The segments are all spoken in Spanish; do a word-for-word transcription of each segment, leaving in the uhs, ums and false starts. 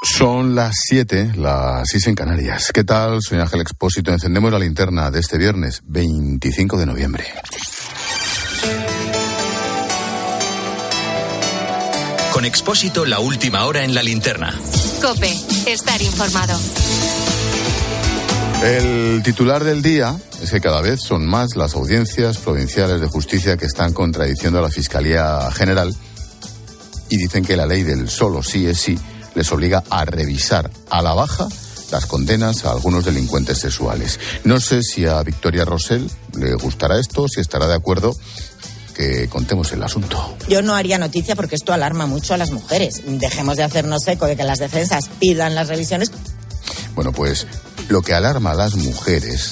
Son las siete, las seis en Canarias. ¿Qué tal? Soy Ángel Expósito. Encendemos la linterna de este viernes, veinticinco de noviembre. Con Expósito, la última hora en la linterna. COPE, estar informado. El titular del día es que cada vez son más las audiencias provinciales de justicia que están contradiciendo a la Fiscalía General y dicen que la ley del solo sí es sí les obliga a revisar a la baja las condenas a algunos delincuentes sexuales. No sé si a Victoria Rosell le gustará esto, si estará de acuerdo que contemos el asunto. Yo no haría noticia porque esto alarma mucho a las mujeres. Dejemos de hacernos eco de que las defensas pidan las revisiones. Bueno, pues lo que alarma a las mujeres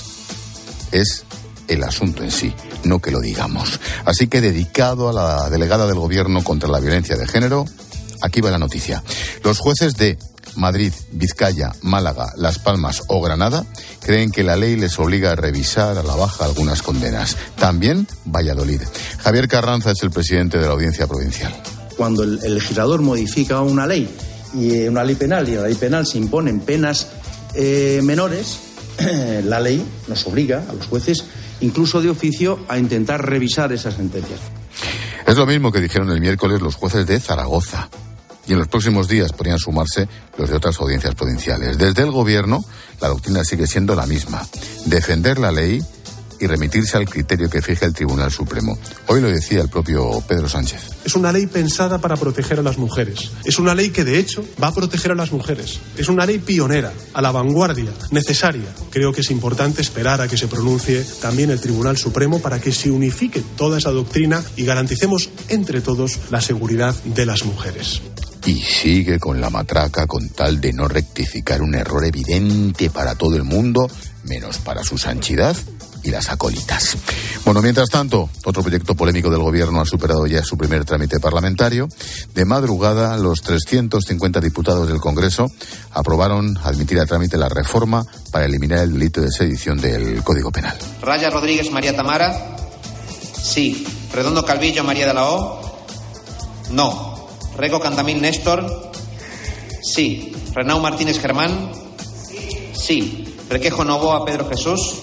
es el asunto en sí, no que lo digamos. Así que, dedicado a la delegada del Gobierno contra la violencia de género, aquí va la noticia. Los jueces de Madrid, Vizcaya, Málaga, Las Palmas o Granada creen que la ley les obliga a revisar a la baja algunas condenas. También Valladolid. Javier Carranza es el presidente de la Audiencia Provincial. Cuando el, el legislador modifica una ley, y una ley penal, y en la ley penal se imponen penas eh, menores, la ley nos obliga a los jueces, incluso de oficio, a intentar revisar esas sentencias. Es lo mismo que dijeron el miércoles los jueces de Zaragoza. Y en los próximos días podrían sumarse los de otras audiencias provinciales. Desde el Gobierno, la doctrina sigue siendo la misma: defender la ley y remitirse al criterio que fija el Tribunal Supremo. Hoy lo decía el propio Pedro Sánchez. Es una ley pensada para proteger a las mujeres. Es una ley que, de hecho, va a proteger a las mujeres. Es una ley pionera, a la vanguardia, necesaria. Creo que es importante esperar a que se pronuncie también el Tribunal Supremo para que se unifique toda esa doctrina y garanticemos entre todos la seguridad de las mujeres. Y sigue con la matraca con tal de no rectificar un error evidente para todo el mundo, menos para su santidad y las acólitas. Bueno, mientras tanto, otro proyecto polémico del Gobierno ha superado ya su primer trámite parlamentario. De madrugada, los trescientos cincuenta diputados del Congreso aprobaron admitir a trámite la reforma para eliminar el delito de sedición del Código Penal. Raya Rodríguez María Tamara, sí. Redondo Calvillo María de la O, no. Rego Candamín Néstor, sí. Renau Martínez Germán, sí. Requejo Novoa Pedro Jesús,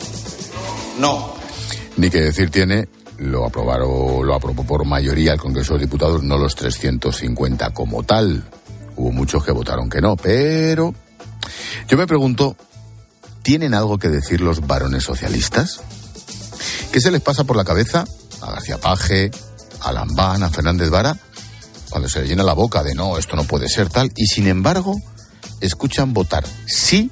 no. Ni que decir tiene, lo aprobaron, lo aprobó por mayoría el Congreso de Diputados, no los trescientos cincuenta como tal. Hubo muchos que votaron que no, pero yo me pregunto, ¿tienen algo que decir los varones socialistas? ¿Qué se les pasa por la cabeza a García Paje, a Lambán, a Fernández Vara, cuando se les llena la boca de no, esto no puede ser tal, y sin embargo escuchan votar sí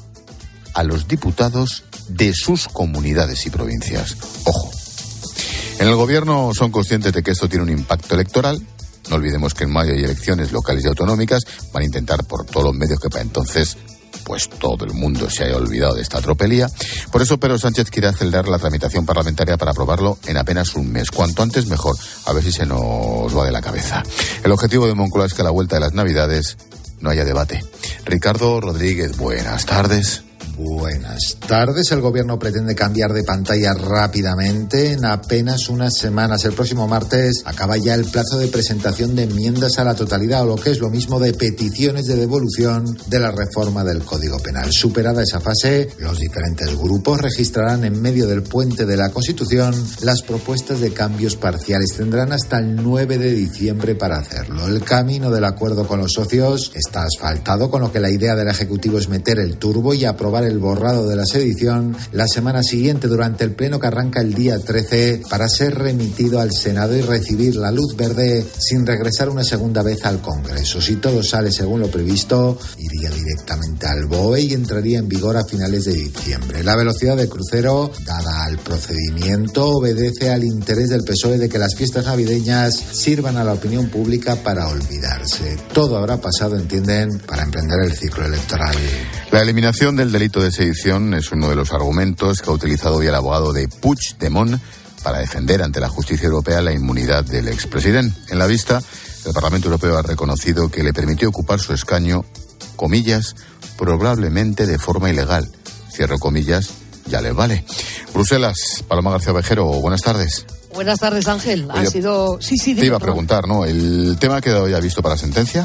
a los diputados de sus comunidades y provincias? Ojo, en el Gobierno son conscientes de que esto tiene un impacto electoral. No olvidemos que en mayo hay elecciones locales y autonómicas. Van a intentar por todos los medios que para entonces pues todo el mundo se haya olvidado de esta tropelía. Por eso Pedro Sánchez quiere acelerar la tramitación parlamentaria para aprobarlo en apenas un mes. Cuanto antes mejor, a ver si se nos va de la cabeza. El objetivo de Moncloa es que a la vuelta de las Navidades no haya debate. Ricardo Rodríguez, buenas tardes. Buenas tardes. El Gobierno pretende cambiar de pantalla rápidamente en apenas unas semanas. El próximo martes acaba ya el plazo de presentación de enmiendas a la totalidad, o lo que es lo mismo, de peticiones de devolución de la reforma del Código Penal. Superada esa fase, los diferentes grupos registrarán en medio del puente de la Constitución las propuestas de cambios parciales. Tendrán hasta el nueve de diciembre para hacerlo. El camino del acuerdo con los socios está asfaltado, con lo que la idea del Ejecutivo es meter el turbo y aprobar el borrado de la sedición la semana siguiente, durante el pleno que arranca el día trece, para ser remitido al Senado y recibir la luz verde sin regresar una segunda vez al Congreso. Si todo sale según lo previsto, iría directamente al B O E y entraría en vigor a finales de diciembre. La velocidad de crucero, dada al procedimiento, obedece al interés del P S O E de que las fiestas navideñas sirvan a la opinión pública para olvidarse. Todo habrá pasado, entienden, para emprender el ciclo electoral. La eliminación del delito de sedición es uno de los argumentos que ha utilizado hoy el abogado de Puigdemont para defender ante la justicia europea la inmunidad del expresidente. En la vista, el Parlamento Europeo ha reconocido que le permitió ocupar su escaño, comillas, probablemente de forma ilegal. Cierro comillas, ya les vale. Bruselas, Paloma García Ovejero, buenas tardes. Buenas tardes, Ángel. Ha Oye, sido... Sí, sí, te dime, iba a preguntar, ¿no? ¿El tema ha quedado ya visto para sentencia?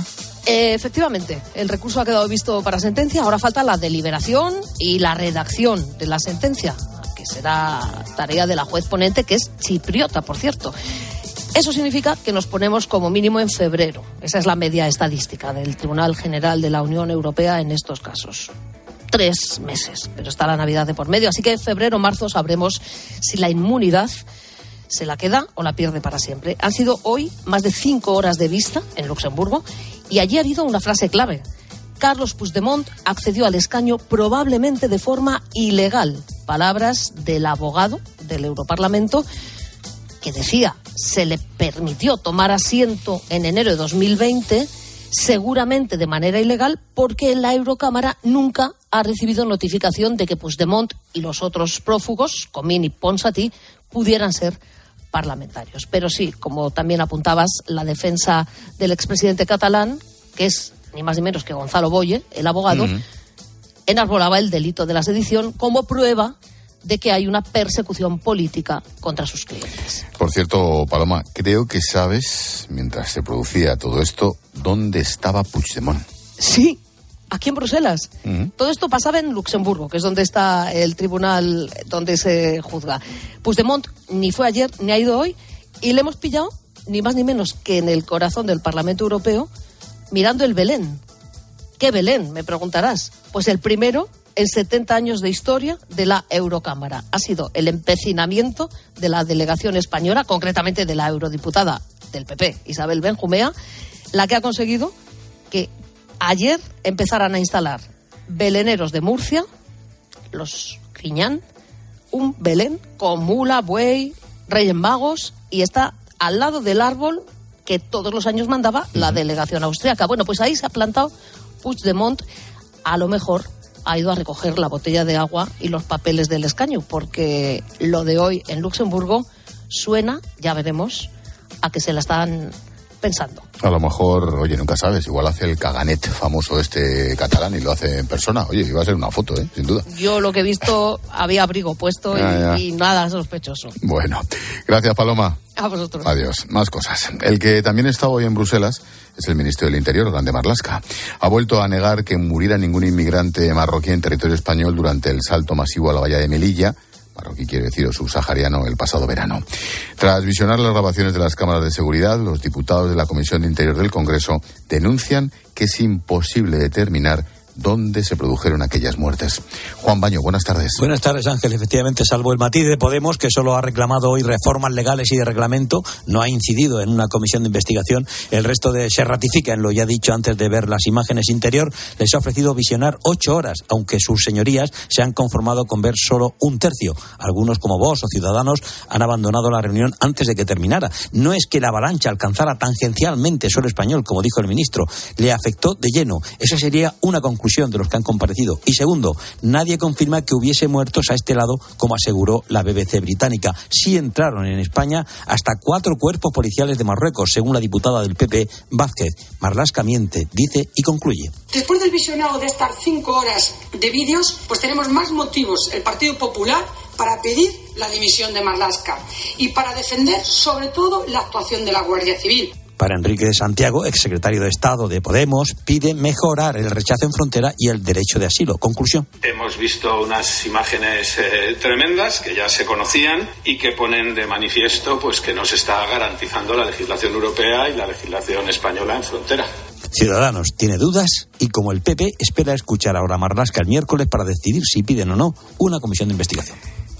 Eh, efectivamente, el recurso ha quedado visto para sentencia. Ahora falta la deliberación y la redacción de la sentencia, que será tarea de la juez ponente, que es chipriota, por cierto. Eso significa que nos ponemos como mínimo en febrero. Esa es la media estadística del Tribunal General de la Unión Europea en estos casos. Tres meses, pero está la Navidad de por medio. Así que en febrero o marzo sabremos si la inmunidad se la queda o la pierde para siempre. Han sido hoy más de cinco horas de vista en Luxemburgo y allí ha habido una frase clave. Carlos Puigdemont accedió al escaño probablemente de forma ilegal. Palabras del abogado del Europarlamento que decía se le permitió tomar asiento en enero de dos mil veinte, seguramente de manera ilegal, porque la Eurocámara nunca ha recibido notificación de que Puigdemont y los otros prófugos, Comín y Ponsatí, pudieran ser parlamentarios. Pero sí, como también apuntabas, la defensa del expresidente catalán, que es ni más ni menos que Gonzalo Boye, el abogado, uh-huh. enarbolaba el delito de la sedición como prueba de que hay una persecución política contra sus clientes. Por cierto, Paloma, creo que sabes, mientras se producía todo esto, dónde estaba Puigdemont. Sí, aquí en Bruselas. Uh-huh. Todo esto pasaba en Luxemburgo, que es donde está el tribunal donde se juzga. Puigdemont ni fue ayer ni ha ido hoy y le hemos pillado ni más ni menos que en el corazón del Parlamento Europeo mirando el Belén. ¿Qué Belén?, me preguntarás. Pues el primero en setenta años de historia de la Eurocámara. Ha sido el empecinamiento de la delegación española, concretamente de la eurodiputada del P P, Isabel Benjumea, la que ha conseguido que ayer empezaran a instalar beleneros de Murcia, los Griñán, un Belén con mula, buey, Reyes Magos, y está al lado del árbol que todos los años mandaba la delegación austriaca. Bueno, pues ahí se ha plantado Puigdemont. A lo mejor ha ido a recoger la botella de agua y los papeles del escaño, porque lo de hoy en Luxemburgo suena, ya veremos, a que se la están pensando. A lo mejor, oye, nunca sabes, igual hace el caganet famoso este catalán y lo hace en persona. Oye, iba a ser una foto, ¿eh? Sin duda. Yo lo que he visto, había abrigo puesto ya, y, ya. y nada sospechoso. Bueno, gracias, Paloma. A vosotros. Adiós. Más cosas. El que también está hoy en Bruselas es el ministro del Interior, Grande Marlaska. Ha vuelto a negar que muriera ningún inmigrante marroquí en territorio español durante el salto masivo a la valla de Melilla, marroquí quiere decir o subsahariano, el pasado verano. Tras visionar las grabaciones de las cámaras de seguridad, los diputados de la Comisión de Interior del Congreso denuncian que es imposible determinar dónde se produjeron aquellas muertes. Juan Baño, buenas tardes. Buenas tardes, Ángel. Efectivamente, salvo el matiz de Podemos, que solo ha reclamado hoy reformas legales y de reglamento, no ha incidido en una comisión de investigación, el resto de se ratifica en lo ya dicho antes de ver las imágenes interior. Les ha ofrecido visionar ocho horas, aunque sus señorías se han conformado con ver solo un tercio. Algunos, como Vox o Ciudadanos, han abandonado la reunión antes de que terminara. No es que la avalancha alcanzara tangencialmente suelo español, como dijo el ministro, le afectó de lleno. Esa sería una conclusión de los que han comparecido. Y segundo, nadie confirma que hubiese muertos a este lado, como aseguró la B B C británica. Sí entraron en España hasta cuatro cuerpos policiales de Marruecos, según la diputada del P P, Vázquez. Marlaska miente, dice y concluye. Después del visionado de estas cinco horas de vídeos, pues tenemos más motivos, el Partido Popular, para pedir la dimisión de Marlaska y para defender, sobre todo, la actuación de la Guardia Civil. Para Enrique de Santiago, exsecretario de Estado de Podemos, pide mejorar el rechazo en frontera y el derecho de asilo. Conclusión. Hemos visto unas imágenes eh, tremendas que ya se conocían y que ponen de manifiesto pues que no se está garantizando la legislación europea y la legislación española en frontera. Ciudadanos tiene dudas y, como el P P, espera escuchar ahora a Marlaska el miércoles para decidir si piden o no una comisión de investigación.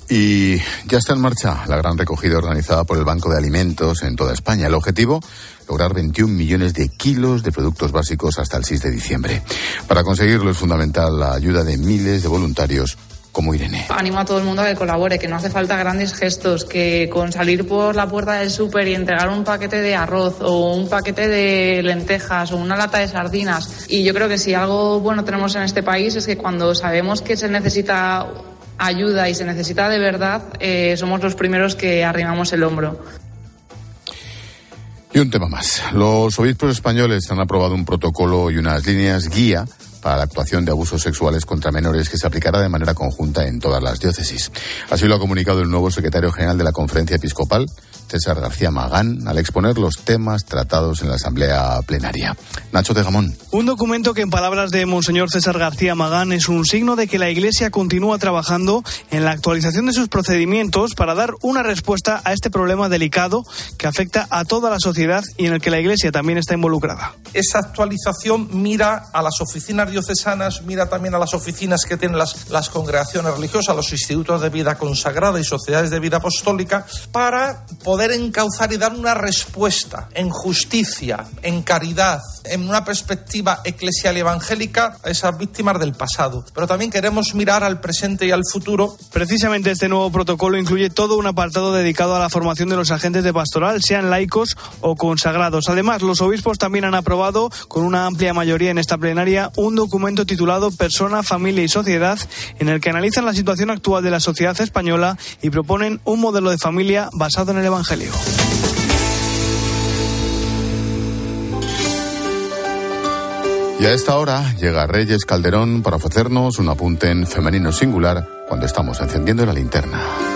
Y ya está en marcha la gran recogida organizada por el Banco de Alimentos en toda España. El objetivo, lograr veintiún millones de kilos de productos básicos hasta el seis de diciembre. Para conseguirlo es fundamental la ayuda de miles de voluntarios como Irene. Animo a todo el mundo a que colabore, que no hace falta grandes gestos, que con salir por la puerta del súper y entregar un paquete de arroz o un paquete de lentejas o una lata de sardinas. Y yo creo que si algo bueno tenemos en este país es que cuando sabemos que se necesita ayuda y se necesita de verdad, eh, somos los primeros que arrimamos el hombro. Y un tema más. Los obispos españoles han aprobado un protocolo y unas líneas guía para la actuación de abusos sexuales contra menores que se aplicará de manera conjunta en todas las diócesis. Así lo ha comunicado el nuevo secretario general de la Conferencia Episcopal, César García Magán al exponer los temas tratados en la asamblea plenaria. Nacho de Gamón. Un documento que, en palabras de Monseñor César García Magán, es un signo de que la Iglesia continúa trabajando en la actualización de sus procedimientos para dar una respuesta a este problema delicado que afecta a toda la sociedad y en el que la Iglesia también está involucrada. Esa actualización mira a las oficinas diocesanas, mira también a las oficinas que tienen las, las congregaciones religiosas, los institutos de vida consagrada y sociedades de vida apostólica, para poder encauzar y dar una respuesta en justicia, en caridad, en una perspectiva eclesial y evangélica a esas víctimas del pasado. Pero también queremos mirar al presente y al futuro. Precisamente este nuevo protocolo incluye todo un apartado dedicado a la formación de los agentes de pastoral, sean laicos o consagrados. Además, los obispos también han aprobado con una amplia mayoría en esta plenaria un documento titulado Persona, Familia y Sociedad, en el que analizan la situación actual de la sociedad española y proponen un modelo de familia basado en el Evangelio. Y a esta hora llega Reyes Calderón para ofrecernos un apunte en femenino singular cuando estamos encendiendo la linterna.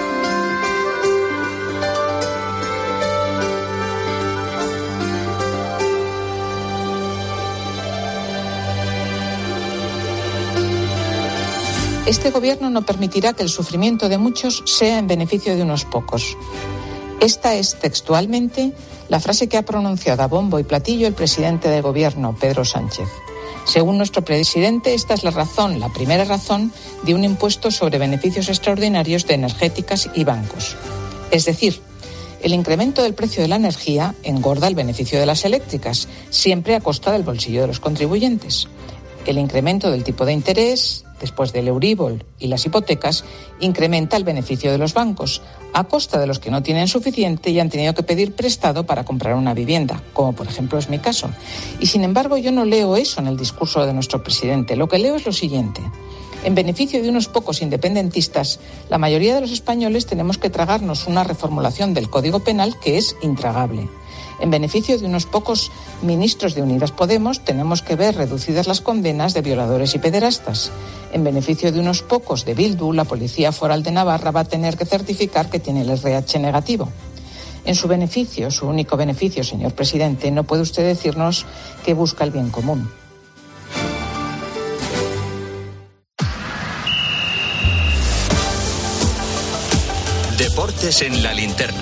Este gobierno no permitirá que el sufrimiento de muchos sea en beneficio de unos pocos. Esta es textualmente la frase que ha pronunciado a bombo y platillo el presidente del gobierno, Pedro Sánchez. Según nuestro presidente, esta es la razón, la primera razón, de un impuesto sobre beneficios extraordinarios de energéticas y bancos. Es decir, el incremento del precio de la energía engorda el beneficio de las eléctricas, siempre a costa del bolsillo de los contribuyentes. El incremento del tipo de interés, después del Euribor y las hipotecas, incrementa el beneficio de los bancos, a costa de los que no tienen suficiente y han tenido que pedir prestado para comprar una vivienda, como por ejemplo es mi caso. Y sin embargo yo no leo eso en el discurso de nuestro presidente. Lo que leo es lo siguiente. En beneficio de unos pocos independentistas, la mayoría de los españoles tenemos que tragarnos una reformulación del Código Penal que es intragable. En beneficio de unos pocos ministros de Unidas Podemos, tenemos que ver reducidas las condenas de violadores y pederastas. En beneficio de unos pocos de Bildu, la Policía Foral de Navarra va a tener que certificar que tiene el R H negativo. En su beneficio, su único beneficio, señor presidente, no puede usted decirnos que busca el bien común. Deportes en la linterna.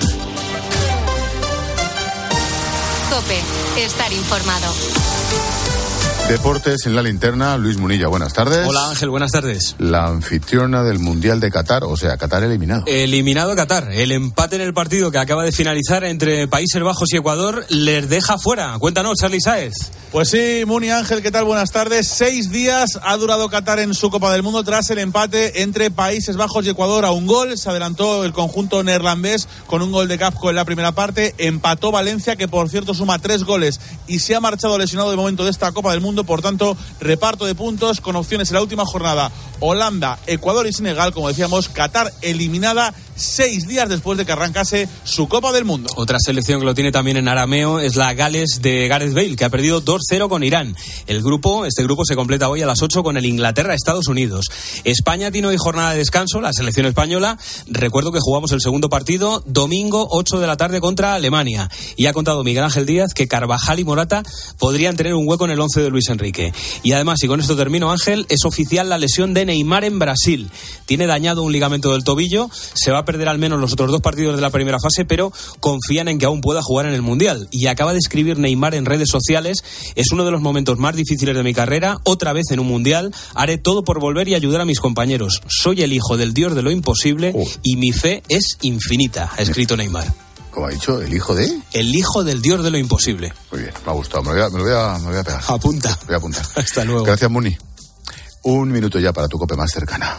COPE, estar informado. Deportes en la linterna, Luis Munilla, buenas tardes. Hola Ángel, buenas tardes. La anfitriona del Mundial de Qatar, o sea, Qatar eliminado. Eliminado Qatar. El empate en el partido que acaba de finalizar entre Países Bajos y Ecuador les deja fuera. Cuéntanos, Charly Sáez. Pues sí, Muni Ángel, ¿qué tal? Buenas tardes. Seis días ha durado Qatar en su Copa del Mundo tras el empate entre Países Bajos y Ecuador a un gol. Se adelantó el conjunto neerlandés con un gol de Capco en la primera parte. Empató Valencia, que por cierto suma tres goles y se ha marchado lesionado de momento de esta Copa del Mundo. Por tanto, reparto de puntos con opciones en la última jornada. Holanda, Ecuador y Senegal, como decíamos, Qatar eliminada seis días después de que arrancase su Copa del Mundo. Otra selección que lo tiene también en arameo es la Gales de Gareth Bale, que ha perdido dos cero con Irán. El grupo, este grupo se completa hoy a las ocho con el Inglaterra-Estados Unidos. España tiene hoy jornada de descanso, la selección española. Recuerdo que jugamos el segundo partido domingo ocho de la tarde contra Alemania. Y ha contado Miguel Ángel Díaz que Carvajal y Morata podrían tener un hueco en el once de Luis Enrique. Y además, y con esto termino, Ángel, es oficial la lesión de Neymar en Brasil. Tiene dañado un ligamento del tobillo, se va a perder al menos los otros dos partidos de la primera fase, pero confían en que aún pueda jugar en el Mundial. Y acaba de escribir Neymar en redes sociales: es uno de los momentos más difíciles de mi carrera, otra vez en un Mundial, haré todo por volver y ayudar a mis compañeros. Soy el hijo del Dios de lo imposible oh. y mi fe es infinita, ha escrito Neymar. ¿Cómo ha dicho? ¿El hijo de? El hijo del Dios de lo imposible. Muy bien, me ha gustado, me lo voy a, me lo voy a, me lo voy a pegar. Apunta. Me voy a apuntar. Hasta luego. Gracias, Muni. Un minuto ya para tu COPE más cercana.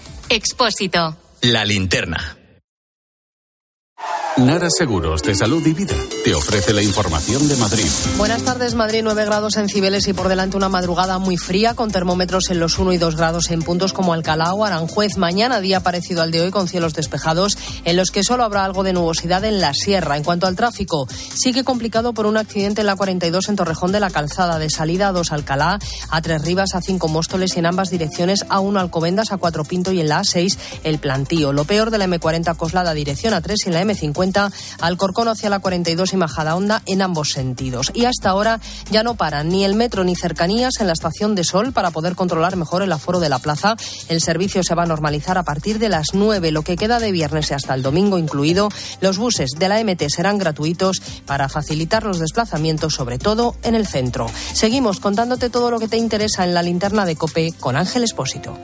Expósito. La linterna. Nara Seguros de Salud y Vida. te ofrece la información de Madrid. Buenas tardes, Madrid, nueve grados en Cibeles y por delante una madrugada muy fría con termómetros en los uno y dos grados en puntos como Alcalá o Aranjuez. Mañana día parecido al de hoy con cielos despejados en los que solo habrá algo de nubosidad en la sierra. En cuanto al tráfico, sigue complicado por un accidente en la cuarenta y dos en Torrejón de la Calzada, de salida a dos Alcalá, a tres Rivas, a cinco Móstoles y en ambas direcciones a uno Alcobendas, a cuatro Pinto y en la A seis el Plantío. Lo peor de la eme cuarenta Coslada dirección a tres y en la eme cincuenta Alcorcón hacia la cuarenta y dos y Majadahonda en ambos sentidos. Y hasta ahora ya no paran ni el metro ni cercanías en la estación de Sol para poder controlar mejor el aforo de la plaza. El servicio se va a normalizar a partir de las nueve, lo que queda de viernes hasta el domingo incluido. Los buses de la eme te serán gratuitos para facilitar los desplazamientos, sobre todo en el centro. Seguimos contándote todo lo que te interesa en la linterna de COPE con Ángel Expósito.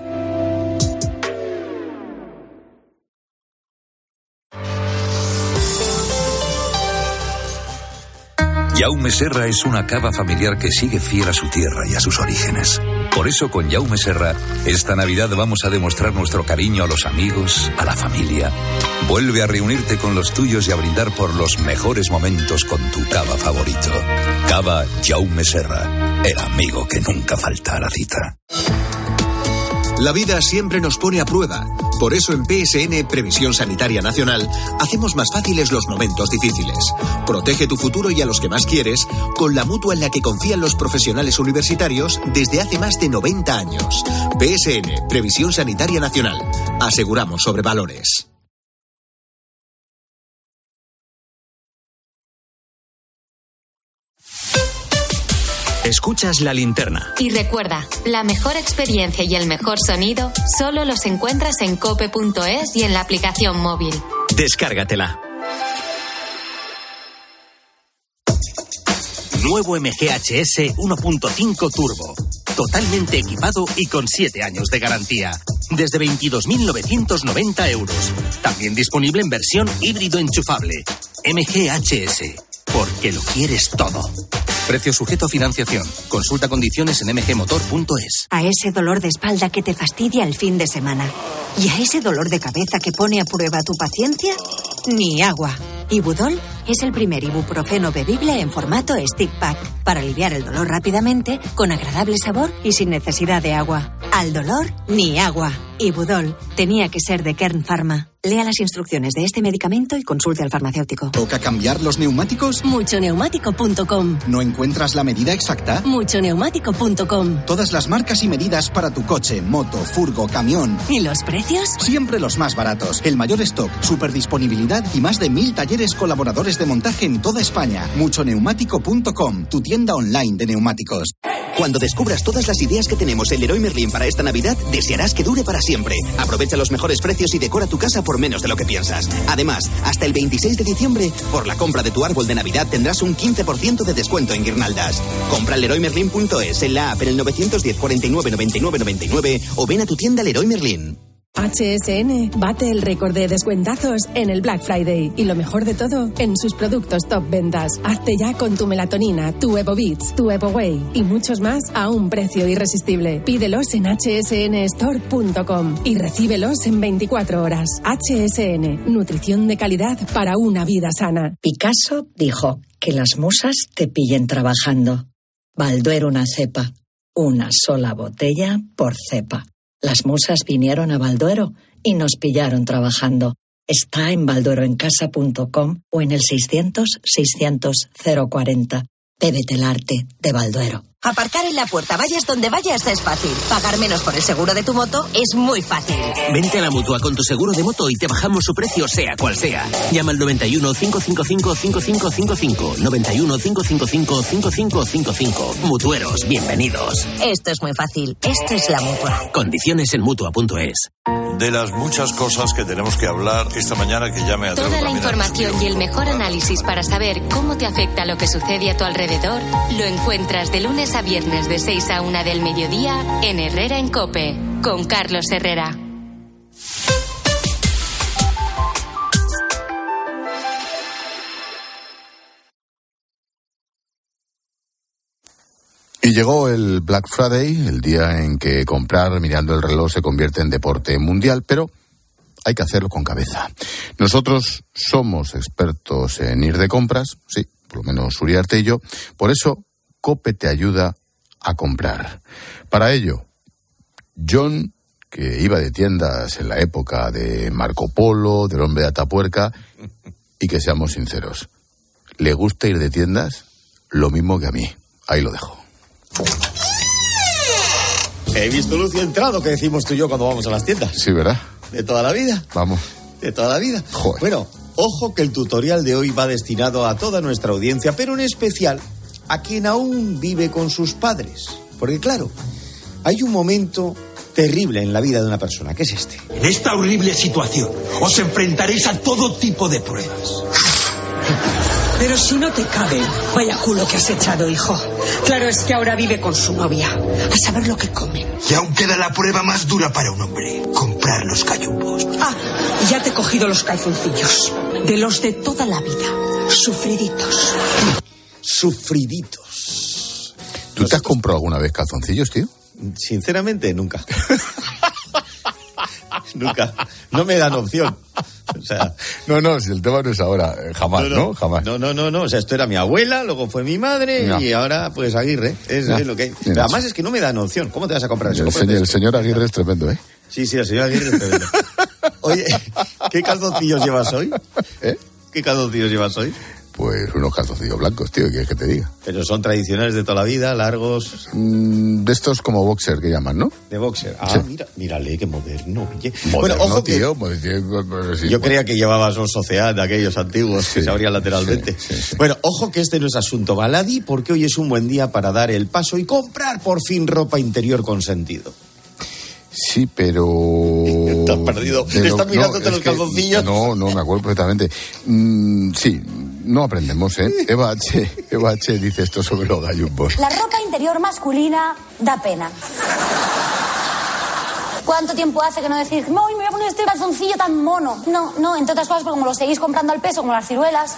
Jaume Serra es una cava familiar que sigue fiel a su tierra y a sus orígenes. Por eso con Jaume Serra, esta Navidad vamos a demostrar nuestro cariño a los amigos, a la familia. Vuelve a reunirte con los tuyos y a brindar por los mejores momentos con tu cava favorito. Cava Jaume Serra, el amigo que nunca falta a la cita. La vida siempre nos pone a prueba. Por eso en P S N, Previsión Sanitaria Nacional, hacemos más fáciles los momentos difíciles. Protege tu futuro y a los que más quieres con la mutua en la que confían los profesionales universitarios desde hace más de noventa años. P S N, Previsión Sanitaria Nacional. Aseguramos sobre valores. Escuchas La Linterna. Y recuerda, la mejor experiencia y el mejor sonido solo los encuentras en cope punto es y en la aplicación móvil. Descárgatela. Nuevo M G H S uno punto cinco Turbo. Totalmente equipado y con siete años de garantía. Desde veintidós mil novecientos noventa euros. También disponible en versión híbrido enchufable. M G H S. Porque lo quieres todo. Precio sujeto a financiación. Consulta condiciones en m g motor punto es. A ese dolor de espalda que te fastidia el fin de semana. Y a ese dolor de cabeza que pone a prueba tu paciencia, ni agua. Ibudol es el primer ibuprofeno bebible en formato stick pack para aliviar el dolor rápidamente, con agradable sabor y sin necesidad de agua. Al dolor, ni agua. Ibudol tenía que ser de Kern Pharma. Lea las instrucciones de este medicamento y consulte al farmacéutico. ¿Toca cambiar los neumáticos? mucho neumático punto com. ¿No encuentras la medida exacta? mucho neumático punto com. Todas las marcas y medidas para tu coche, moto, furgo, camión. ¿Y los precios? Siempre los más baratos. El mayor stock, superdisponibilidad y más de mil talleres colaboradores de montaje en toda España. mucho neumático punto com, tu tienda online de neumáticos. Cuando descubras todas las ideas que tenemos en Leroy Merlin para esta Navidad, desearás que dure para siempre. Aprovecha los mejores precios y decora tu casa por menos de lo que piensas. Además, hasta el veintiséis de diciembre, por la compra de tu árbol de Navidad tendrás un quince por ciento de descuento en guirnaldas. Compra en leroy merlin punto es, en la app, en el nueve uno cero, cuarenta y nueve, noventa y nueve, noventa y nueve o ven a tu tienda Leroy Merlin. H S N bate el récord de descuentazos en el Black Friday y lo mejor de todo, en sus productos top ventas. Hazte ya con tu melatonina, tu EvoBeats, tu EvoWhey y muchos más a un precio irresistible. Pídelos en h s n store punto com y recíbelos en veinticuatro horas. H S N, nutrición de calidad para una vida sana. Picasso dijo que las musas te pillen trabajando. Balduero una cepa, una sola botella por cepa. Las musas vinieron a Balduero y nos pillaron trabajando. Está en balduero en casa punto com o en el seiscientos, seiscientos, cero cuarenta. Bébete el arte de Balduero. Aparcar en la puerta, vayas donde vayas, es fácil. Pagar menos por el seguro de tu moto es muy fácil. Vente a la Mutua con tu seguro de moto y te bajamos su precio, sea cual sea. Llama al noventa y uno, cinco cinco cinco, cinco cinco cinco cinco. noventa y uno, cinco cinco cinco, cinco cinco cinco cinco. Mutueros, bienvenidos. Esto es muy fácil. Esto es la Mutua. Condiciones en mutua punto es. De las muchas cosas que tenemos que hablar esta mañana, que ya me atrevo Toda la también a información y el mejor análisis para saber cómo te afecta lo que sucede a tu alrededor lo encuentras de lunes a viernes de seis a una del mediodía en Herrera en COPE, con Carlos Herrera. Y llegó el Black Friday, el día en que comprar mirando el reloj se convierte en deporte mundial, pero hay que hacerlo con cabeza. Nosotros somos expertos en ir de compras, sí, por lo menos Uriarte y yo, por eso COPE te ayuda a comprar. Para ello, John, que iba de tiendas en la época de Marco Polo, del hombre de Atapuerca, y que seamos sinceros, ¿le gusta ir de tiendas? Lo mismo que a mí. Ahí lo dejo. He visto luz y entrado, que decimos tú y yo cuando vamos a las tiendas. Sí, ¿verdad? De toda la vida. Vamos. De toda la vida. Joder. Bueno, ojo que el tutorial de hoy va destinado a toda nuestra audiencia, pero en especial a quien aún vive con sus padres. Porque claro, hay un momento terrible en la vida de una persona, que es este. En esta horrible situación os enfrentaréis a todo tipo de pruebas. Pero si no te cabe, vaya culo que has echado, hijo. Claro, es que ahora vive con su novia. A saber lo que comen. Y aún queda la prueba más dura para un hombre: comprar los gallumbos. Ah, ya te he cogido los calzoncillos. De los de toda la vida. Sufriditos. Sufriditos. ¿Tú te has comprado alguna vez calzoncillos, tío? Sinceramente, nunca. Nunca. No me dan opción. O sea, no, no, si el tema no es ahora, jamás, ¿no? ¿no? ¿no? Jamás. No, no, no, no. O sea, esto era mi abuela, luego fue mi madre no. y ahora, pues, Aguirre. Es, no. es lo que hay. Pero además es que no me dan opción. ¿Cómo te vas a comprar eso? El, señor, el señor Aguirre es tremendo, ¿eh? Sí, sí, el señor Aguirre es tremendo. Oye, ¿qué calzoncillos llevas hoy? ¿Eh? ¿Qué calzoncillos llevas hoy? Pues unos calzoncillos blancos, tío, ¿qué quieres que te diga? Pero son tradicionales de toda la vida, largos. Mm, de estos como boxer que llaman, ¿no? De boxer. Ah, sí. mira, mírale, qué moderno. Oye. Moderno, bueno, ojo tío. Que... Tío, sí, yo bueno. creía que llevabas un Ocean de aquellos antiguos sí, que se abrían lateralmente. Sí, sí, sí. Bueno, ojo que este no es asunto baladí, porque hoy es un buen día para dar el paso y comprar por fin ropa interior con sentido. Sí, pero... Te has perdido. Lo... ¿Estás mirándote no, los calzoncillos? No, no, me acuerdo perfectamente. Mm, sí, no aprendemos, ¿eh? Eva H. Eva H. dice esto sobre los gallumbos. La ropa interior masculina da pena. ¿Cuánto tiempo hace que no decís, no, me voy a poner este calzoncillo tan mono? No, no, entre otras cosas, porque como lo seguís comprando al peso, como las ciruelas.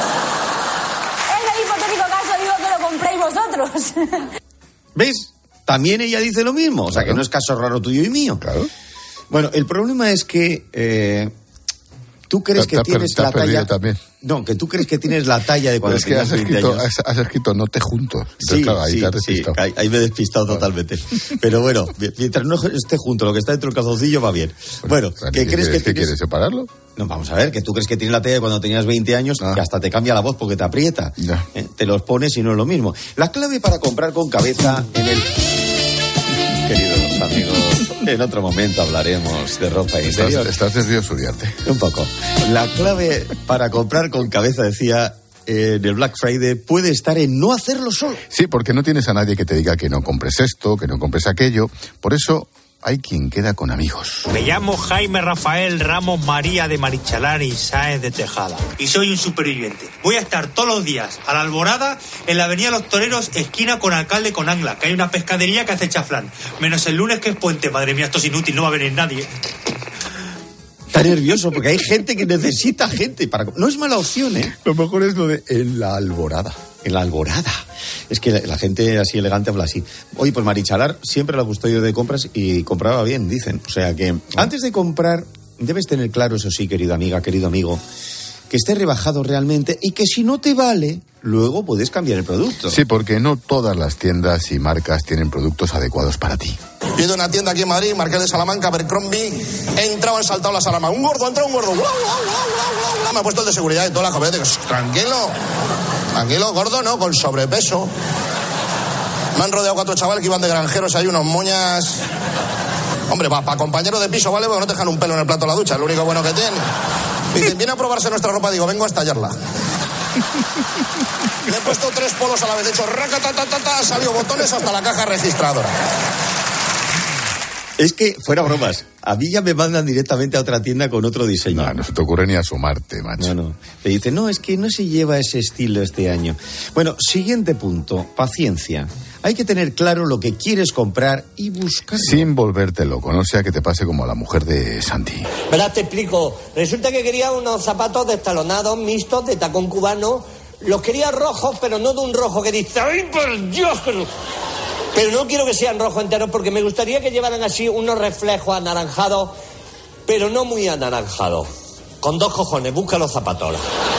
En el hipotético caso digo que lo compréis vosotros. ¿Veis? También ella dice lo mismo, o sea, claro. que no es caso raro tuyo y mío. Claro. Bueno, el problema es que eh, tú crees que tienes la talla... También. No, que tú crees que tienes la talla de cuando es que has escrito, has, has escrito no te junto. Entonces, sí, claro, ahí sí, te has despistado. Sí, ahí, ahí me he despistado bueno. totalmente. Pero bueno, mientras no esté junto, lo que está dentro del calzoncillo va bien. Bueno, bueno ¿qué, ¿qué crees que tienes? ¿Qué quieres separarlo? No, vamos a ver, que tú crees que tienes la talla de cuando tenías veinte años, ah. que hasta te cambia la voz porque te aprieta. ¿Eh? Te los pones y no es lo mismo. La clave para comprar con cabeza en el... Queridos amigos, en otro momento hablaremos de ropa interior. Estás, estás nervioso, Uriarte. Un poco. La clave para comprar con cabeza, decía, eh, en el Black Friday, puede estar en no hacerlo solo. Sí, porque no tienes a nadie que te diga que no compres esto, que no compres aquello. Por eso hay quien queda con amigos. Me llamo Jaime Rafael Ramos María de Marichalar y Sáenz de Tejada. Y soy un superviviente. Voy a estar todos los días a la Alborada, en la Avenida Los Toreros, esquina con Alcalde con Angla, que hay una pescadería que hace chaflán. Menos el lunes, que es puente. Madre mía, esto es inútil, no va a venir nadie. Está nervioso porque hay gente que necesita gente para... No es mala opción, ¿eh? Lo mejor es lo de en la Alborada. En la Alborada. Es que la, la gente así elegante habla así. Oye, pues Marichalar siempre la gustó yo de compras y compraba bien, dicen. O sea que antes de comprar debes tener claro, eso sí, querida amiga, querido amigo, que esté rebajado realmente y que si no te vale, luego puedes cambiar el producto. Sí, porque no todas las tiendas y marcas tienen productos adecuados para ti. He ido a una tienda aquí en Madrid, Marqués de Salamanca, Abercrombie, he entrado, he saltado la Salamanca. Un gordo, ha entrado un gordo. ¡Guau, guau, guau, guau, guau! Me ha puesto el de seguridad y toda la joven. Digo, tranquilo, tranquilo, gordo, no, con sobrepeso. Me han rodeado cuatro chavales que iban de granjeros, hay unos moñas. Hombre, para pa compañero de piso, ¿vale? Porque no te dejan un pelo en el plato de la ducha, es lo único bueno que tiene. Dicen, viene a probarse nuestra ropa, digo, vengo a estallarla. Le he puesto tres polos a la vez, de hecho, racatatata, ha salido botones hasta la caja registradora. Es que, fuera bromas, a mí ya me mandan directamente a otra tienda con otro diseño. No, no se te ocurre ni asomarte, macho. No, no. Te dicen, no, es que no se lleva ese estilo este año. Bueno, siguiente punto, paciencia. Hay que tener claro lo que quieres comprar y buscarlo. Sin volverte loco, no sea que te pase como a la mujer de Santi. Verás, te explico. Resulta que quería unos zapatos destalonados, mixtos, de tacón cubano. Los quería rojos, pero no de un rojo que dice, ¡ay, por Dios! Pero no quiero que sean rojos enteros porque me gustaría que llevaran así unos reflejos anaranjados pero no muy anaranjado. Con dos cojones, busca los zapatos.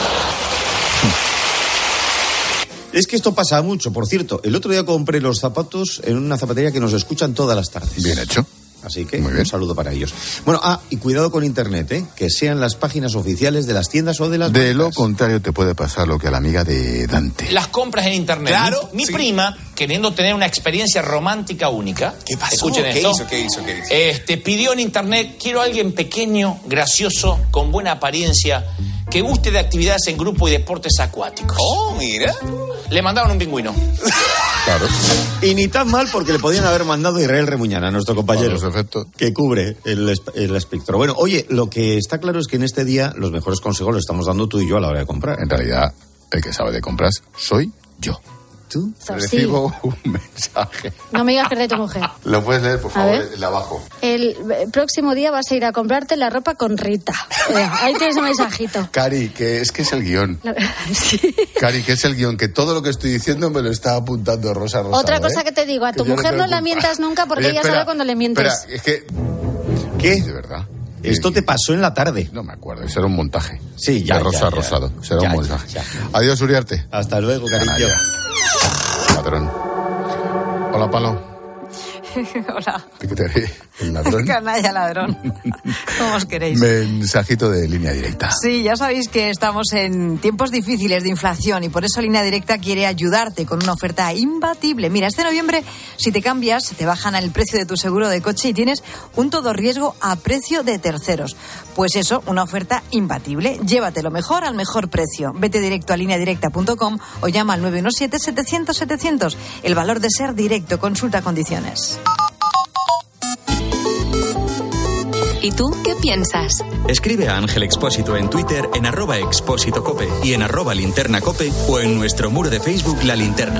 Es que esto pasa mucho, por cierto. El otro día compré los zapatos en una zapatería que nos escuchan todas las tardes. Bien hecho. Así que un saludo para ellos. Bueno, ah, y cuidado con Internet, ¿eh? Que sean las páginas oficiales de las tiendas o de las De marcas. lo contrario te puede pasar lo que a la amiga de Dante. Las compras en Internet. Claro, Mi, mi sí. prima, queriendo tener una experiencia romántica única. ¿Qué pasó? Escuchen ¿Qué esto. hizo? ¿Qué hizo? ¿Qué hizo? Este, pidió en Internet, quiero a alguien pequeño, gracioso, con buena apariencia, que guste de actividades en grupo y deportes acuáticos. Oh, mira. Le mandaron un pingüino. Claro. Y ni tan mal porque le podían haber mandado a Israel Remuñana, nuestro compañero, que cubre el, esp- el espectro. Bueno, oye, lo que está claro es que en este día los mejores consejos los estamos dando tú y yo a la hora de comprar. En realidad, el que sabe de compras soy yo. ¿Tú? Recibo un mensaje. No me digas que es de tu mujer. ¿Lo puedes leer, por favor, ver. el de abajo? El próximo día vas a ir a comprarte la ropa con Rita. Eh, ahí tienes un mensajito. Cari, que es que es el guión. La- Sí. Cari, que es el guión, que todo lo que estoy diciendo me lo está apuntando Rosa Rosado. Otra cosa ¿eh? que te digo, a Que tu yo no mujer tengo no la culpa. mientas nunca porque Oye, ella espera, sabe cuando le mientes. Espera, es que... ¿Qué? De verdad. Esto te pasó en la tarde. No me acuerdo, será un montaje. Sí, ya, De Rosa ya, ya. Rosado, será Ya, un ya, montaje. ya. Adiós, Uriarte. Hasta luego, cariño. Canalla. Ladrón. Hola, Palo. Hola. ¿Qué te ríes? El ladrón. Canalla ladrón. ¿Cómo os queréis? Mensajito de línea directa. Sí, ya sabéis que estamos en tiempos difíciles de inflación y por eso Línea Directa quiere ayudarte con una oferta imbatible. Mira, este noviembre, si te cambias, te bajan el precio de tu seguro de coche y tienes un todo riesgo a precio de terceros. Pues eso, una oferta imbatible. Llévate lo mejor al mejor precio. Vete directo a línea directa punto com o llama al nueve uno siete, setecientos, setecientos. El valor de ser directo. Consulta condiciones. ¿Y tú qué piensas? Escribe a Ángel Expósito en Twitter en arroba expósito cope y en arroba linterna cope o en nuestro muro de Facebook La Linterna.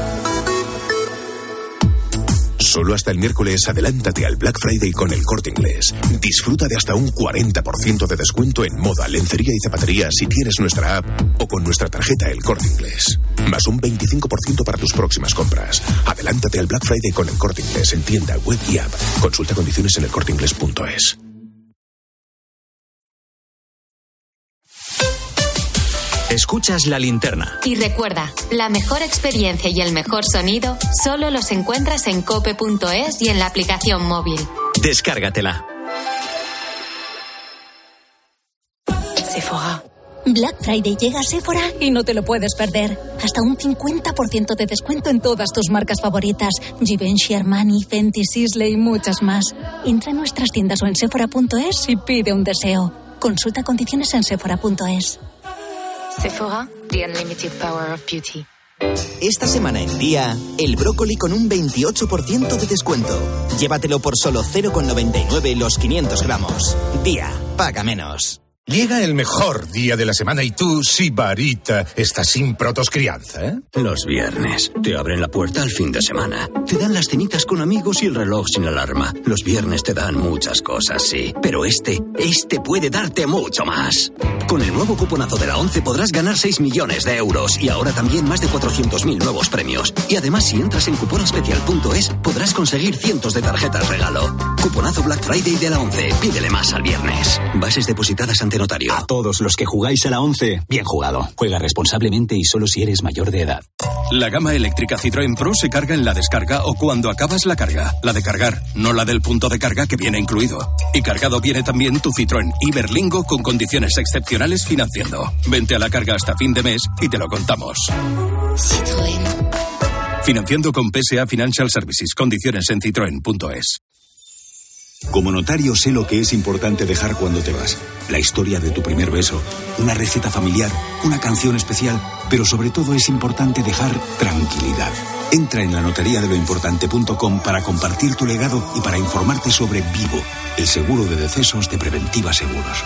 Solo hasta el miércoles adelántate al Black Friday con El Corte Inglés. Disfruta de hasta un cuarenta por ciento de descuento en moda, lencería y zapatería si tienes nuestra app o con nuestra tarjeta El Corte Inglés. Más un veinticinco por ciento para tus próximas compras. Adelántate al Black Friday con El Corte Inglés en tienda, web y app. Consulta condiciones en el corte inglés punto es. Escuchas La Linterna. Y recuerda, la mejor experiencia y el mejor sonido solo los encuentras en cope punto es y en la aplicación móvil. Descárgatela. Sephora. Black Friday llega a Sephora y no te lo puedes perder. Hasta un cincuenta por ciento de descuento en todas tus marcas favoritas. Givenchy, Armani, Fenty, Sisley y muchas más. Entra en nuestras tiendas o en sephora punto es y pide un deseo. Consulta condiciones en sephora punto es. Sephora, the unlimited power of beauty. Esta semana en Día, el brócoli con un veintiocho por ciento de descuento. Llévatelo por solo cero coma noventa y nueve los quinientos gramos. Día, paga menos. Llega el mejor día de la semana y tú, Sibarita, estás sin protoscrianza, ¿eh? Los viernes. Te abren la puerta al fin de semana. Te dan las cenitas con amigos y el reloj sin alarma. Los viernes te dan muchas cosas, sí. Pero este, este puede darte mucho más. Con el nuevo cuponazo de la ONCE podrás ganar seis millones de euros y ahora también más de cuatrocientos mil nuevos premios. Y además, si entras en cuponespecial punto es, podrás conseguir cientos de tarjetas regalo. Cuponazo Black Friday de la ONCE. Pídele más al viernes. Bases depositadas ante notario. A todos los que jugáis a la ONCE, bien jugado. Juega responsablemente y solo si eres mayor de edad. La gama eléctrica Citroën Pro se carga en la descarga o cuando acabas la carga. La de cargar, no la del punto de carga que viene incluido. Y cargado viene también tu Citroën Iberlingo con condiciones excepcionales financiando. Vente a la carga hasta fin de mes y te lo contamos. Citroën. Financiando con P S A Financial Services. Condiciones en citroen punto es. Como notario sé lo que es importante dejar cuando te vas. La historia de tu primer beso, una receta familiar, una canción especial, pero sobre todo es importante dejar tranquilidad. Entra en la notaría de lo importante punto com para compartir tu legado y para informarte sobre Vivo, el seguro de decesos de Preventiva Seguros.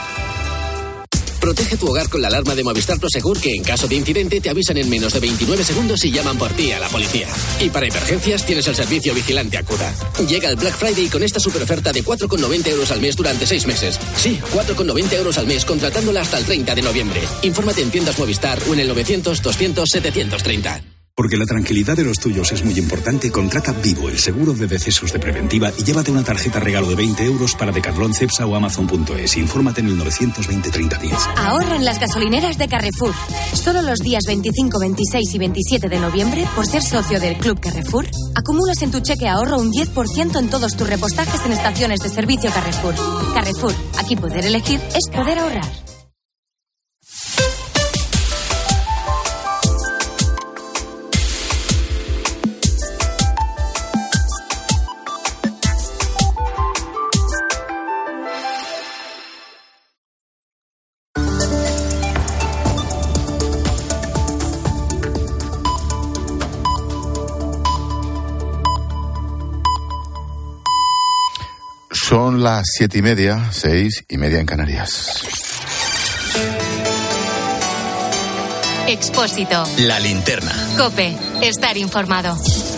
Protege tu hogar con la alarma de Movistar Prosegur que en caso de incidente te avisan en menos de veintinueve segundos y llaman por ti a la policía. Y para emergencias tienes el servicio Vigilante Acuda. Llega el Black Friday con esta super oferta de cuatro con noventa euros al mes durante seis meses. Sí, cuatro con noventa euros al mes contratándola hasta el treinta de noviembre. Infórmate en tiendas Movistar o en el novecientos, doscientos, setecientos treinta. Porque la tranquilidad de los tuyos es muy importante, contrata Vivo, el seguro de decesos de Preventiva, y llévate una tarjeta regalo de veinte euros para Decathlon, Cepsa o Amazon punto es. Infórmate en el novecientos veinte treinta diez. Ahorra en las gasolineras de Carrefour. Solo los días veinticinco, veintiséis y veintisiete de noviembre, por ser socio del Club Carrefour, acumulas en tu cheque ahorro un diez por ciento en todos tus repostajes en estaciones de servicio Carrefour. Carrefour, aquí poder elegir es poder ahorrar. Son las siete y media, seis y media en Canarias. Expósito. La linterna. COPE. Estar informado.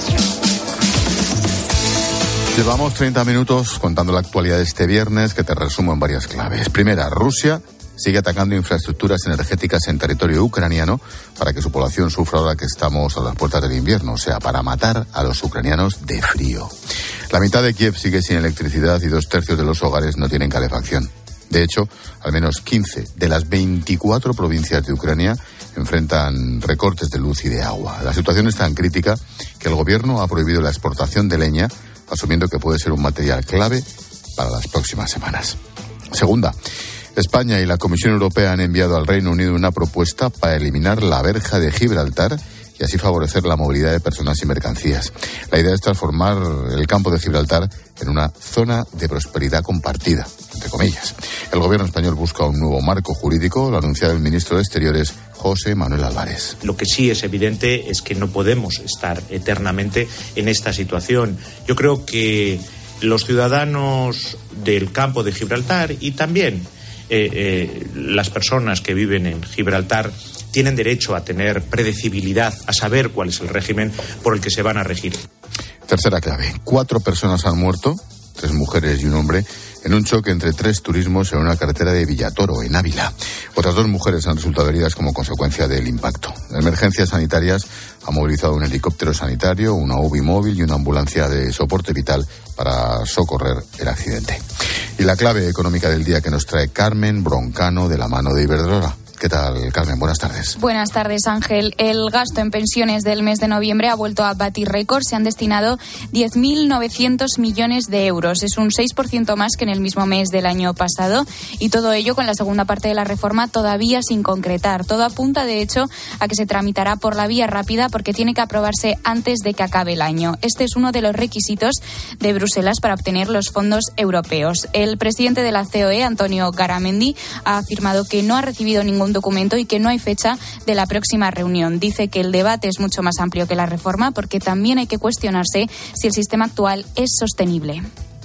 Llevamos treinta minutos contando la actualidad de este viernes, que te resumo en varias claves. Primera, Rusia sigue atacando infraestructuras energéticas en territorio ucraniano para que su población sufra ahora que estamos a las puertas del invierno, o sea, para matar a los ucranianos de frío. La mitad de Kiev sigue sin electricidad y dos tercios de los hogares no tienen calefacción. De hecho, al menos quince de las veinticuatro provincias de Ucrania enfrentan recortes de luz y de agua. La situación es tan crítica que el gobierno ha prohibido la exportación de leña, asumiendo que puede ser un material clave para las próximas semanas. Segunda, España y la Comisión Europea han enviado al Reino Unido una propuesta para eliminar la verja de Gibraltar y así favorecer la movilidad de personas y mercancías. La idea es transformar el campo de Gibraltar en una zona de prosperidad compartida, entre comillas. El gobierno español busca un nuevo marco jurídico, lo ha anunciado el ministro de Exteriores, José Manuel Álvarez. Lo que sí es evidente es que no podemos estar eternamente en esta situación. Yo creo que los ciudadanos del campo de Gibraltar y también eh, eh, las personas que viven en Gibraltar tienen derecho a tener predecibilidad, a saber cuál es el régimen por el que se van a regir. Tercera clave. Cuatro personas han muerto, tres mujeres y un hombre, en un choque entre tres turismos en una carretera de Villatoro, en Ávila. Otras dos mujeres han resultado heridas como consecuencia del impacto. Emergencias Sanitarias ha movilizado un helicóptero sanitario, una U B I móvil y una ambulancia de soporte vital para socorrer el accidente. Y la clave económica del día que nos trae Carmen Broncano de la mano de Iberdrola. ¿Qué tal, Carmen? Buenas tardes. Buenas tardes, Ángel. El gasto en pensiones del mes de noviembre ha vuelto a batir récord. Se han destinado diez mil novecientos millones de euros. Es un seis por ciento más que en el mismo mes del año pasado. Y todo ello con la segunda parte de la reforma todavía sin concretar. Todo apunta, de hecho, a que se tramitará por la vía rápida porque tiene que aprobarse antes de que acabe el año. Este es uno de los requisitos de Bruselas para obtener los fondos europeos. El presidente de la C O E, Antonio Garamendi, ha afirmado que no ha recibido ningún documento y que no hay fecha de la próxima reunión. Dice que el debate es mucho más amplio que la reforma porque también hay que cuestionarse si el sistema actual es sostenible.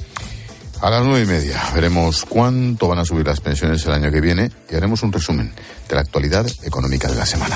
A las nueve y media veremos cuánto van a subir las pensiones el año que viene y haremos un resumen de la actualidad económica de la semana.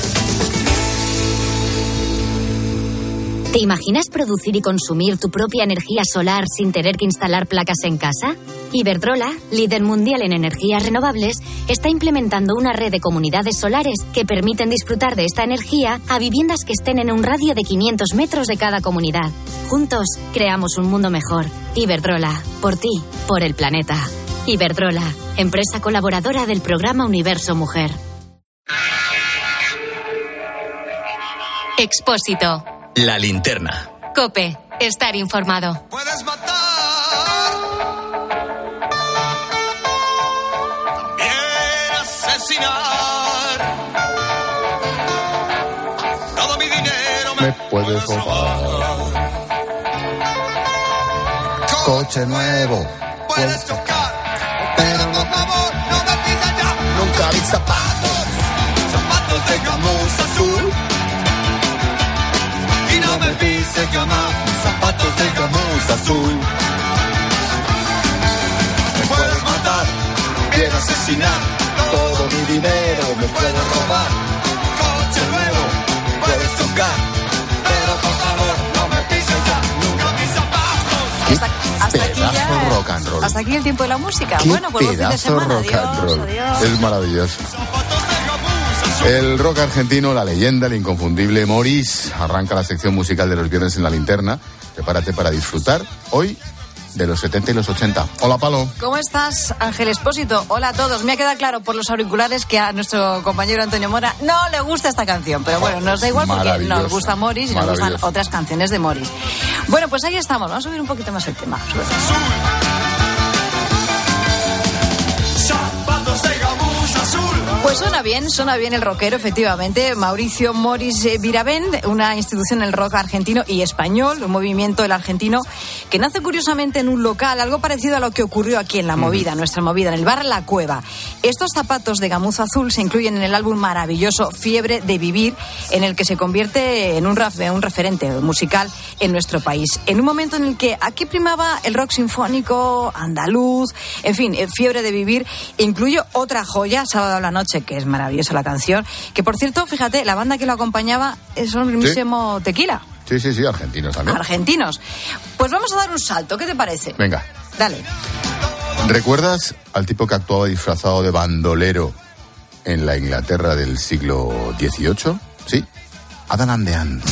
¿Te imaginas producir y consumir tu propia energía solar sin tener que instalar placas en casa? Iberdrola, líder mundial en energías renovables, está implementando una red de comunidades solares que permiten disfrutar de esta energía a viviendas que estén en un radio de quinientos metros de cada comunidad. Juntos, creamos un mundo mejor. Iberdrola, por ti, por el planeta. Iberdrola, empresa colaboradora del programa Universo Mujer. Expósito. La linterna. COPE. Estar informado. Puedes matar, también asesinar. Todo mi dinero me, me puedes robar. Coche nuevo. Puedes tocar, pero por favor no me pises ya. Nunca vi zapatos. Zapatos de gamuza azul. No me pises jamás, zapatos de gamuza azul. Me puedes matar, bien asesinar. Todo mi dinero me puedes robar. Coche nuevo, puedes tocar. Pero por favor, no me pises ya, nunca mis zapatos. Hasta, hasta aquí ya. Rock and roll. Hasta aquí el tiempo de la música. ¿Qué bueno, pues buen fin de semana. Rock and roll. Adiós, adiós. Es maravilloso. El rock argentino, la leyenda, el inconfundible Morris, arranca la sección musical de los viernes en La Linterna. Prepárate para disfrutar hoy de los setenta y los ochenta. Hola, Palo. ¿Cómo estás, Ángel Expósito? Hola a todos. Me ha quedado claro por los auriculares que a nuestro compañero Antonio Mora no le gusta esta canción, pero bueno, nos da igual porque nos gusta Morris y nos gustan otras canciones de Morris. Bueno, pues ahí estamos. Vamos a subir un poquito más el tema. Pues suena bien, suena bien el rockero, efectivamente. Mauricio Morris Viravent, una institución en el rock argentino y español, un movimiento el argentino que nace curiosamente en un local, algo parecido a lo que ocurrió aquí en La Movida, mm. nuestra movida, en el bar La Cueva. Estos zapatos de gamuza azul se incluyen en el álbum maravilloso Fiebre de Vivir, en el que se convierte en un, raf, un referente musical en nuestro país. En un momento en el que aquí primaba el rock sinfónico, andaluz, en fin, Fiebre de Vivir, incluye otra joya, Sábado a la Noche, que es maravillosa la canción, que por cierto, fíjate, la banda que lo acompañaba son el mismo ¿Sí? Tequila. Sí, sí, sí, argentinos también. Argentinos. Pues vamos a dar un salto, ¿qué te parece? Venga. Dale. ¿Recuerdas al tipo que actuaba disfrazado de bandolero en la Inglaterra del siglo dieciocho? Sí, Adam and the Ants.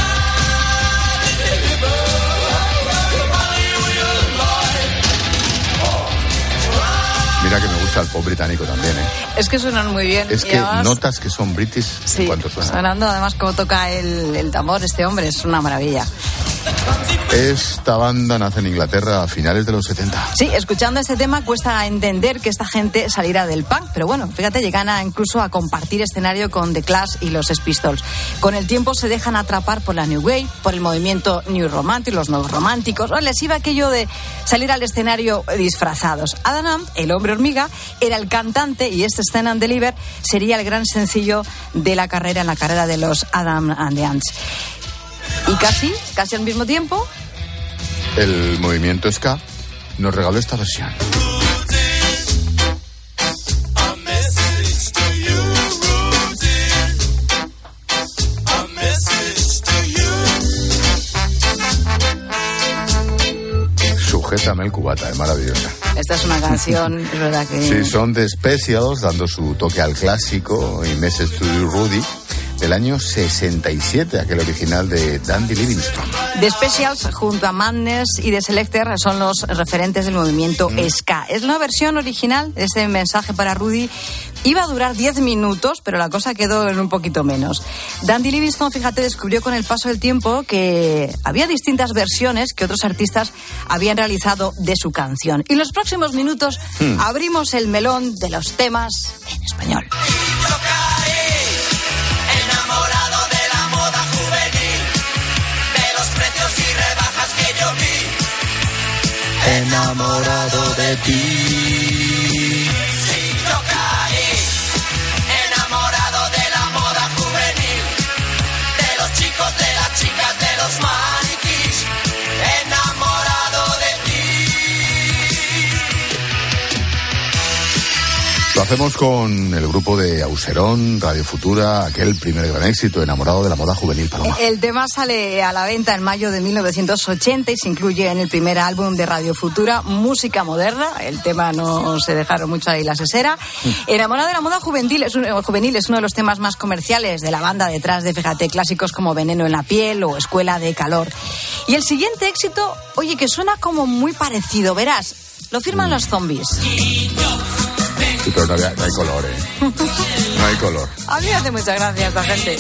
Mira que me gusta el pop británico también, ¿eh? Es que suenan muy bien. Es que además, notas que son british sí, en cuanto suenan. Sonando, además, como toca el, el tambor este hombre, es una maravilla. Esta banda nace en Inglaterra a finales de los setenta. Sí, escuchando este tema cuesta entender que esta gente saliera del punk, pero bueno, fíjate, llegan a, incluso a compartir escenario con The Clash y los Sex Pistols. Con el tiempo se dejan atrapar por la New Wave, por el movimiento New Romantic, los nuevos románticos. ¿No? Les iba aquello de salir al escenario disfrazados. Adam Ant, el hombre hormiga, era el cantante y este Stand and Deliver sería el gran sencillo de la carrera, en la carrera de los Adam and the Ants. Y casi, casi al mismo tiempo, el movimiento ska nos regaló esta versión. Sujétame el cubata, es maravillosa. Esta es una canción, es verdad que... Sí, son The Specials, dando su toque al clásico, y Message to You, Rudy, del año sesenta y siete, aquel original de Dandy Livingstone. The Specials, junto a Madness y The Selecter, son los referentes del movimiento mm. ska. Es la versión original de este mensaje para Rudy. Iba a durar diez minutos, pero la cosa quedó en un poquito menos. Dandy Livingstone, fíjate, descubrió con el paso del tiempo que había distintas versiones que otros artistas habían realizado de su canción. Y en los próximos minutos mm. abrimos el melón de los temas en español. Enamorado de ti. Sí, yo caí. Enamorado de la moda juvenil, de los chicos, de las chicas, de los maniquís. Enamorado de ti. Lo hacemos con el grupo de Auserón, Radio Futura, aquel primer gran éxito, Enamorado de la moda juvenil, Paloma. El tema sale a la venta en mayo de mil novecientos ochenta y se incluye en el primer álbum de Radio Futura, Música Moderna. El tema no se dejaron mucho ahí la sesera. Enamorado de la moda juvenil es, un, juvenil es uno de los temas más comerciales de la banda, detrás de, fíjate, clásicos como Veneno en la piel o Escuela de Calor. Y el siguiente éxito, oye, que suena como muy parecido, verás, lo firman mm. los Zombies. Sí, pero no hay, no hay color, ¿eh? No hay color. A mí me hace mucha gracia esta gente.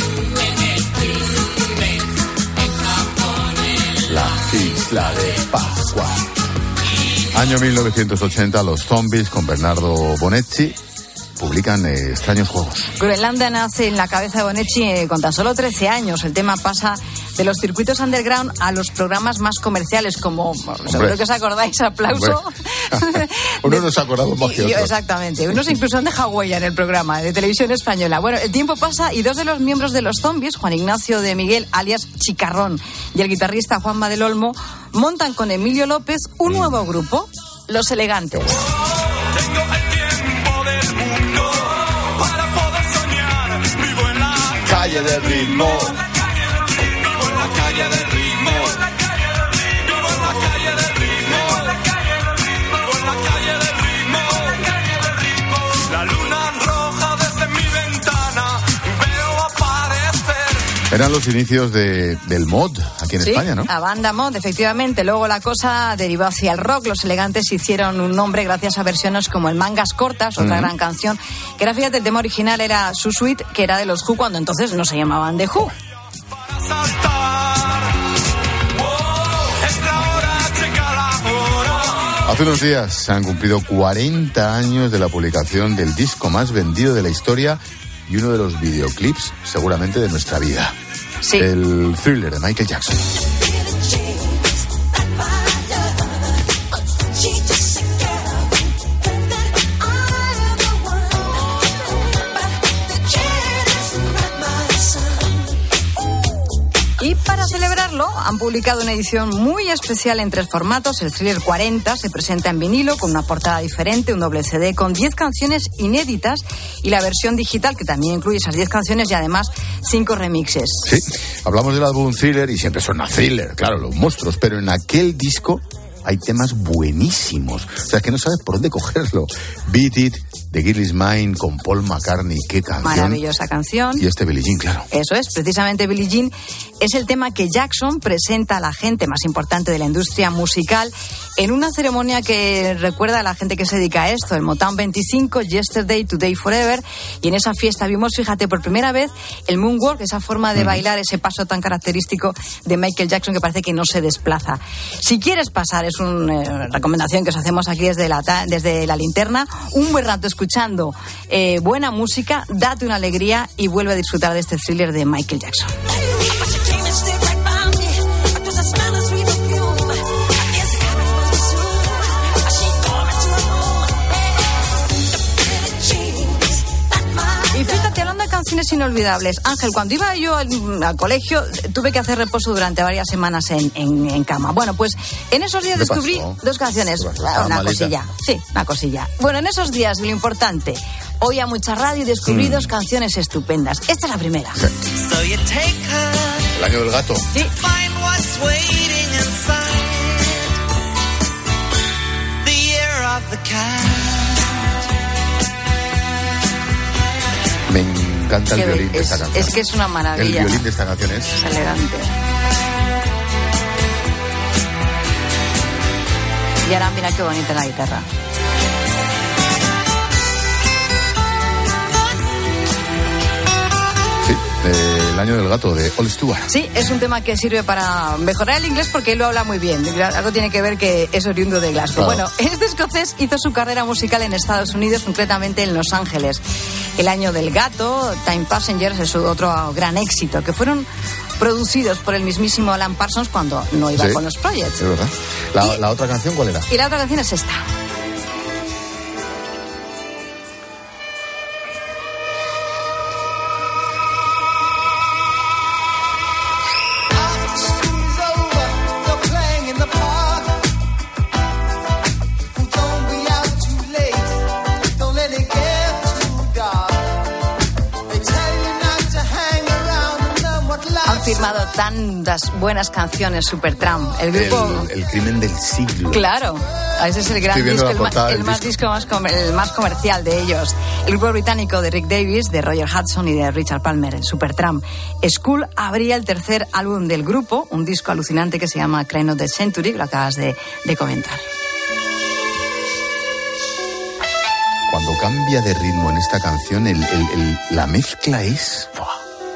La isla de Pascua. Año mil novecientos ochenta, los Zombies con Bernardo Bonetti publican eh, Extraños Juegos. Groenlandia nace en la cabeza de Bonetti eh, con tan solo trece años. El tema pasa de los circuitos underground a los programas más comerciales, como, seguro que os acordáis, Aplauso. Uno nos acordamos más que otros. Exactamente. Unos incluso han dejado huella en el programa de televisión española. Bueno, el tiempo pasa y dos de los miembros de los Zombies, Juan Ignacio de Miguel, alias Chicarrón, y el guitarrista Juanma del Olmo, montan con Emilio López un nuevo grupo, Los Elegantes. Tengo el tiempo del mundo para poder soñar. Vivo en la calle del ritmo. Vivo en la calle del ritmo. Vivo en la calle del ritmo. Vivo en la calle del ritmo. La luna roja desde mi ventana Eran los inicios de, del mod aquí en sí, España, ¿no? La banda mod, efectivamente. Luego la cosa derivó hacia el rock. Los Elegantes hicieron un nombre gracias a versiones como el Mangas Cortas, otra uh-huh. gran canción, que era, fíjate, el tema original era Su Suite, que era de los Who, cuando entonces no se llamaban The Who. Hace unos días se han cumplido cuarenta años de la publicación del disco más vendido de la historia y uno de los videoclips seguramente de nuestra vida. Sí. El Thriller de Michael Jackson. Y para celebrarlo han publicado una edición muy especial en tres formatos. El Thriller cuarenta se presenta en vinilo con una portada diferente, un doble C D con diez canciones inéditas y la versión digital que también incluye esas diez canciones y además cinco remixes. Sí, hablamos del álbum Thriller y siempre suena Thriller, claro, los monstruos, pero en aquel disco hay temas buenísimos. O sea, es que no sabes por dónde cogerlo. Beat It, The Girl Is Mine, con Paul McCartney. Qué canción. Maravillosa canción. Y este Billie Jean, claro. Eso es, precisamente Billie Jean es el tema que Jackson presenta a la gente más importante de la industria musical en una ceremonia que recuerda a la gente que se dedica a esto, el Motown veinticinco, Yesterday, Today, Forever. Y en esa fiesta vimos, fíjate, por primera vez el moonwalk, esa forma de mm. bailar, ese paso tan característico de Michael Jackson que parece que no se desplaza. Si quieres pasar, es una eh, recomendación que os hacemos aquí desde la, desde la linterna, un buen rato escuchando eh, buena música, date una alegría y vuelve a disfrutar de este Thriller de Michael Jackson. Y fíjate, hablando de canciones inolvidables, Ángel, cuando iba yo al, al colegio tuve que hacer reposo durante varias semanas en, en, en cama. Bueno, pues en esos días descubrí pasó? dos canciones, una malita. cosilla, sí, una cosilla. Bueno, en esos días lo importante, oía mucha radio y descubrí mm. dos canciones estupendas. Esta es la primera. Sí. El año del gato. Sí. Me encanta el violín de es, esta canción. Es que es una maravilla. El violín de esta canción es... Es elegante. Y ahora mira qué bonita la guitarra. Sí, eh, el año del gato de All Stewart. Sí, es un tema que sirve para mejorar el inglés porque él lo habla muy bien. Algo tiene que ver que es oriundo de Glasgow. Claro. Bueno, este escocés hizo su carrera musical en Estados Unidos, concretamente en Los Ángeles. El año del gato, Time Passengers, es otro gran éxito, que fueron producidos por el mismísimo Alan Parsons cuando no iba sí, con los Projects. Es verdad. La, y, ¿La otra canción cuál era? Y la otra canción es esta. Firmado tantas buenas canciones, Supertramp, el grupo el, el crimen del siglo. Claro, ese es el gran disco, el, ma, el más disco, más com, el más comercial de ellos. El grupo británico de Rick Davies, de Roger Hudson y de Richard Palmer, Supertramp. School abría el tercer álbum del grupo, un disco alucinante que se llama Crane of the Century, lo acabas de, de comentar. Cuando cambia de ritmo en esta canción, el, el, el, la mezcla es... ¡buah!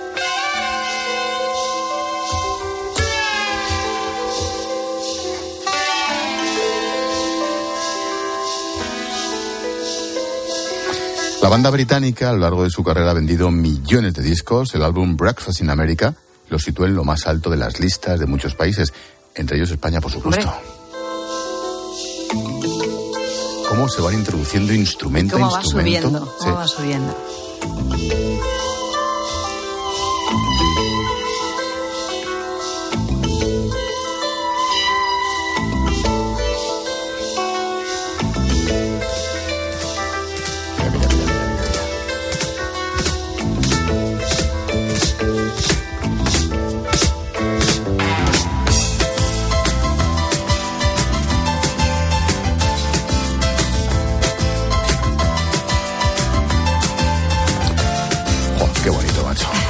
La banda británica a lo largo de su carrera ha vendido millones de discos. El álbum Breakfast in America lo sitúa en lo más alto de las listas de muchos países, entre ellos España, por supuesto. Hombre. ¿Cómo se van introduciendo instrumento a instrumento? ¿Cómo va subiendo? ¿Cómo sí. va subiendo?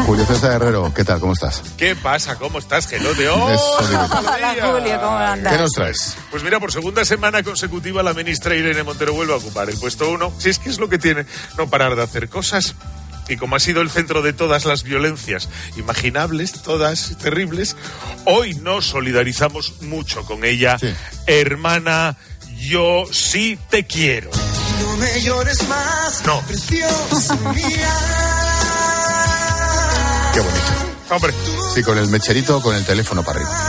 Julio César Herrero, ¿qué tal? ¿Cómo estás? ¿Qué pasa? ¿Cómo estás, Gelote? ¡Oh! Hola, Julio, ¿cómo andas? ¿Qué nos traes? Pues mira, por segunda semana consecutiva la ministra Irene Montero vuelve a ocupar el puesto uno. Si es que es lo que tiene, no parar de hacer cosas. Y como ha sido el centro de todas las violencias imaginables, todas terribles, hoy nos solidarizamos mucho con ella. Sí. Hermana, yo sí te quiero. No me llores más, no. Preciosa mía. Qué bonito. Hombre. Sí, con el mecherito, con el teléfono para arriba.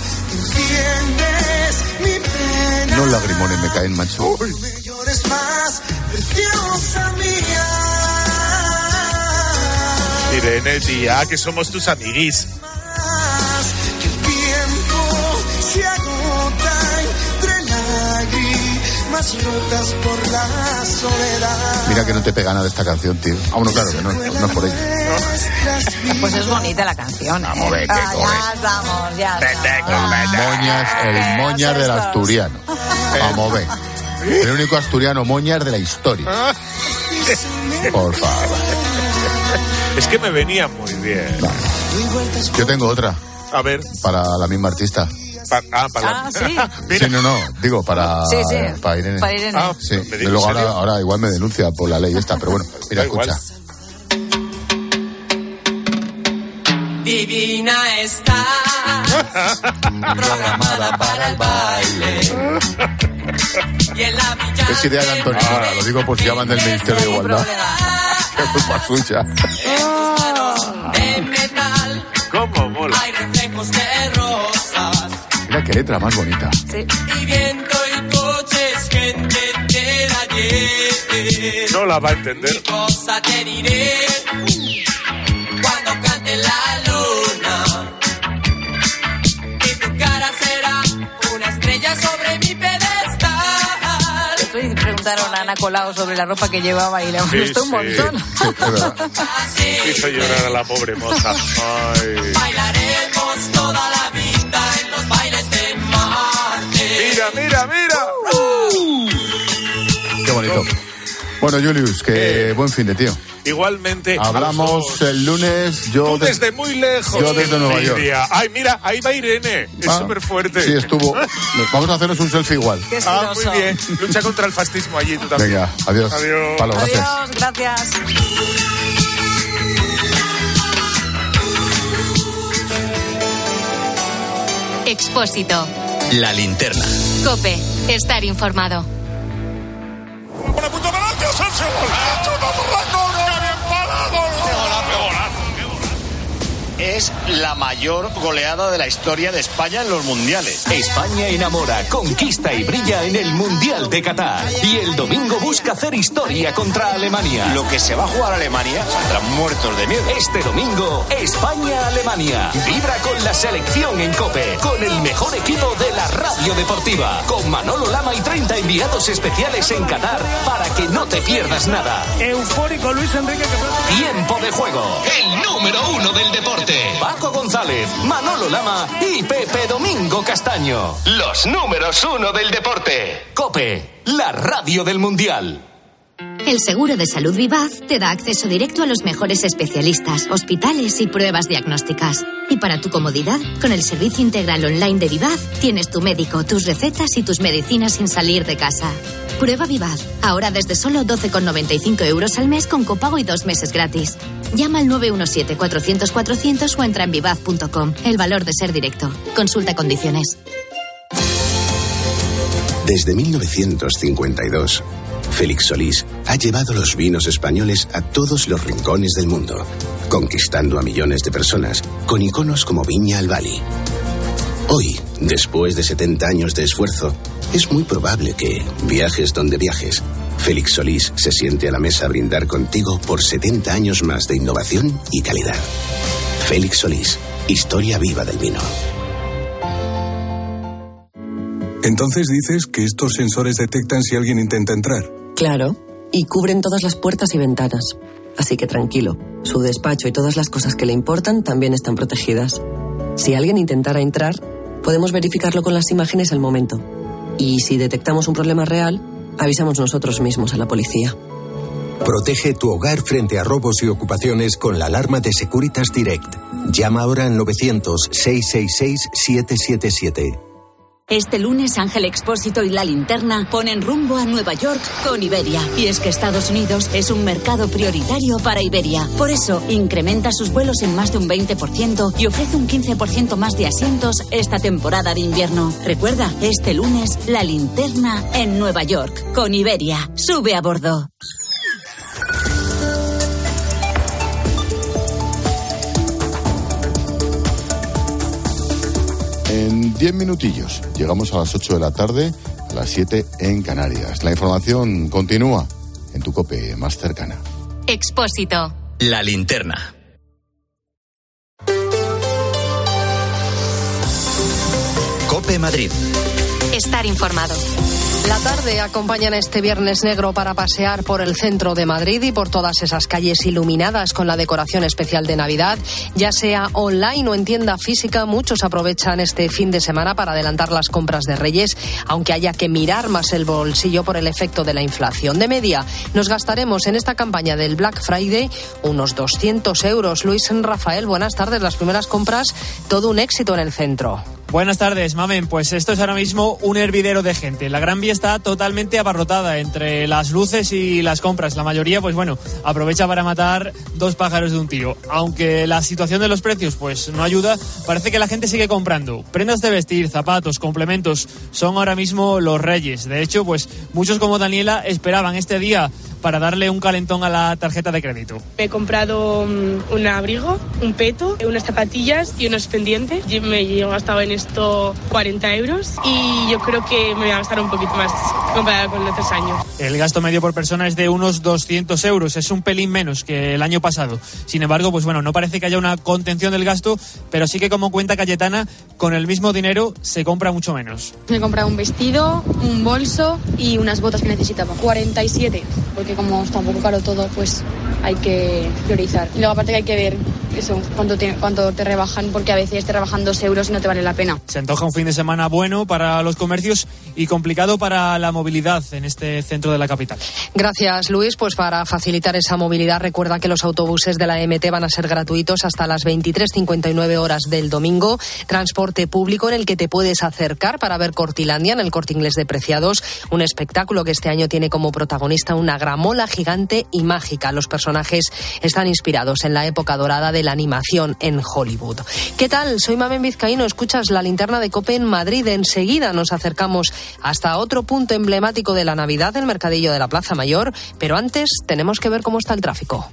No lagrimones me caen, macho. Uy. No me llores más, preciosa mía. Irene, tía, que somos tus amiguis. Que el tiempo se agota entre lágrimas rotas por la soledad. Mira que no te pega nada esta canción, tío. Ah, bueno, claro que no, no es por ello. No. Pues es bonita la canción. ¿eh? Vamos, vete, ah, ya estamos, ya estamos. El moñas, el moñas del asturiano. Vamos, ve. El único asturiano moñas de la historia. Por favor. Es que me venía muy bien. No. Yo tengo otra. A ver. Para la misma artista. Pa- ah, para ah, la... sí. Sí, no, no. Digo, para, sí, sí. para Irene. Para Irene. Ah, sí. ¿me Y luego ahora, serio? ahora igual me denuncia por la ley esta, pero bueno, mira, Da igual. escucha. Divina está programada para el baile. Y en la villa Es idea de Antonio Mora, lo digo por si llaman del Ministerio de Igualdad. Qué culpa suya. de metal ¿Cómo mola? hay reflejos de rosas. Mira qué letra más bonita. Sí. Y viento y coches, gente del ayer. No la va a entender. Mi cosa te diré cuando cante la luna. Y tu cara será una estrella sobre mi pedestal. Estoy preguntaron a Ana Colau sobre la ropa que llevaba y le Sí, gustó un sí. montón. Sí, es verdad. Así Hizo llorar a la pobre moza. Ay. bailaremos toda la vida en los bailes de Marte. Mira, mira, mira. Qué bonito. Bueno, Julius, que Eh. buen fin de tío. Igualmente. Hablamos el lunes. Yo Tú de- desde muy lejos. Yo desde qué Nueva York. envidia. Ay, mira, ahí va Irene. Es Ah, súper fuerte. Sí, estuvo. Vamos a hacernos un selfie igual. Qué Ah, muy estiloso. bien. Lucha contra el fascismo allí, tú también. Venga, adiós. Adiós. Pablo, gracias. Adiós, gracias. Expósito. La linterna. Cope. Estar informado. Pone punto penalti, Asensio. Chuta Ferran, gol, qué bien parado. Qué golazo, qué golazo. Es la mayor goleada de la historia de España en los mundiales. España enamora, conquista y brilla en el Mundial de Qatar. Y el domingo busca hacer historia contra Alemania. Lo que se va a jugar Alemania saldrán muertos de miedo. Este domingo, España-Alemania. Vibra con la selección en COPE, con el mejor equipo de la radio deportiva, con Manolo Lama y treinta enviados especiales en Qatar para que no te pierdas nada. Eufórico Luis Enrique. Que... Tiempo de juego. El número uno del deporte. Paco González, Manolo Lama y Pepe Domingo Castaño. Los números uno del deporte. COPE, la radio del Mundial. El seguro de salud Vivaz te da acceso directo a los mejores especialistas, hospitales y pruebas diagnósticas. Y para tu comodidad, con el servicio integral online de Vivaz, tienes tu médico, tus recetas y tus medicinas sin salir de casa. Prueba Vivaz, ahora desde solo doce con noventa y cinco euros al mes con copago y dos meses gratis. Llama al nueve uno siete, cuatrocientos, cuatrocientos o entra en vivaz punto com. El valor de ser directo. Consulta condiciones. Desde mil novecientos cincuenta y dos, Félix Solís ha llevado los vinos españoles a todos los rincones del mundo, conquistando a millones de personas con iconos como Viña al Bali. Hoy, después de setenta años de esfuerzo, es muy probable que, viajes donde viajes, Félix Solís se siente a la mesa a brindar contigo por setenta años más de innovación y calidad. Félix Solís, historia viva del vino. Entonces dices que estos sensores detectan si alguien intenta entrar. Claro, y cubren todas las puertas y ventanas. Así que tranquilo, su despacho y todas las cosas que le importan también están protegidas. Si alguien intentara entrar, podemos verificarlo con las imágenes al momento. Y si detectamos un problema real, avisamos nosotros mismos a la policía. Protege tu hogar frente a robos y ocupaciones con la alarma de Securitas Direct. Llama ahora al novecientos, seiscientos sesenta y seis, setecientos setenta y siete. Este lunes Ángel Expósito y La Linterna ponen rumbo a Nueva York con Iberia. Y es que Estados Unidos es un mercado prioritario para Iberia. Por eso, incrementa sus vuelos en más de un veinte por ciento y ofrece un quince por ciento más de asientos esta temporada de invierno. Recuerda, este lunes, La Linterna en Nueva York con Iberia. Sube a bordo. En diez minutillos llegamos a las ocho de la tarde, a las siete en Canarias. La información continúa en tu COPE más cercana. Expósito. La Linterna. COPE Madrid. Estar informado. La tarde acompañan este viernes negro para pasear por el centro de Madrid y por todas esas calles iluminadas con la decoración especial de Navidad. Ya sea online o en tienda física, muchos aprovechan este fin de semana para adelantar las compras de Reyes, aunque haya que mirar más el bolsillo por el efecto de la inflación. De media, nos gastaremos en esta campaña del Black Friday unos doscientos euros. Luis Rafael, buenas tardes. Las primeras compras, todo un éxito en el centro. Buenas tardes, Mamen. Pues esto es ahora mismo un hervidero de gente. La Gran Vía está totalmente abarrotada entre las luces y las compras. La mayoría, pues bueno, aprovecha para matar dos pájaros de un tiro. Aunque la situación de los precios, pues no ayuda, parece que la gente sigue comprando. Prendas de vestir, zapatos, complementos, son ahora mismo los reyes. De hecho, pues muchos como Daniela esperaban este día para darle un calentón a la tarjeta de crédito. Me he comprado um, un abrigo, un peto, unas zapatillas y unos pendientes. Yo me he gastado en esto cuarenta euros y yo creo que me voy a gastar un poquito más comparado con otros años. El gasto medio por persona es de unos doscientos euros, es un pelín menos que el año pasado. Sin embargo, pues bueno, no parece que haya una contención del gasto, pero sí que, como cuenta Cayetana, con el mismo dinero se compra mucho menos. Me he comprado un vestido, un bolso y unas botas que necesitaba. cuarenta y siete, porque como está un poco caro todo, pues hay que priorizar. Y luego aparte que hay que ver eso, cuánto te, cuánto te rebajan, porque a veces te rebajan dos euros y no te vale la pena. Se antoja un fin de semana bueno para los comercios y complicado para la movilidad en este centro de la capital. Gracias, Luis. Pues para facilitar esa movilidad, recuerda que los autobuses de la M T van a ser gratuitos hasta las veintitrés cincuenta y nueve horas del domingo. Transporte público en el que te puedes acercar para ver Cortilandia en el Corte Inglés de Preciados, un espectáculo que este año tiene como protagonista una gramola gigante y mágica. Los personajes están inspirados en la época dorada de la animación en Hollywood. ¿Qué tal? Soy Mamen Vizcaíno, escuchas La Linterna de COPE en Madrid. Enseguida nos acercamos hasta otro punto emblemático de la Navidad, el mercadillo de la Plaza Mayor, pero antes tenemos que ver cómo está el tráfico.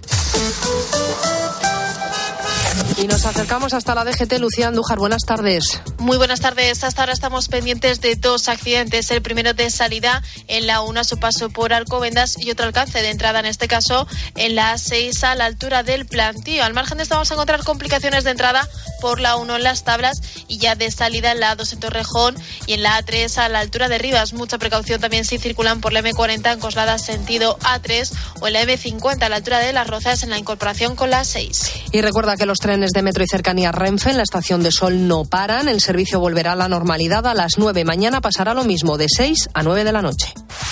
Y nos acercamos hasta la D G T. Lucía Andújar, buenas tardes. Muy buenas tardes. Hasta ahora estamos pendientes de dos accidentes. El primero de salida en la uno a su paso por Alcobendas y otro alcance de entrada, en este caso en la A seis a la altura del Plantío. Al margen de esto vamos a encontrar complicaciones de entrada por la uno en Las Tablas y ya de salida en la A dos en Torrejón y en la A tres a la altura de Rivas. Mucha precaución también si circulan por la M cuarenta en Coslada sentido A tres o en la M cincuenta a la altura de Las Rozas en la incorporación con la A seis. Y recuerda que los trenes de metro y cercanía Renfe en la estación de Sol no paran. El servicio volverá a la normalidad a las nueve. Mañana pasará lo mismo, de seis a nueve de la noche.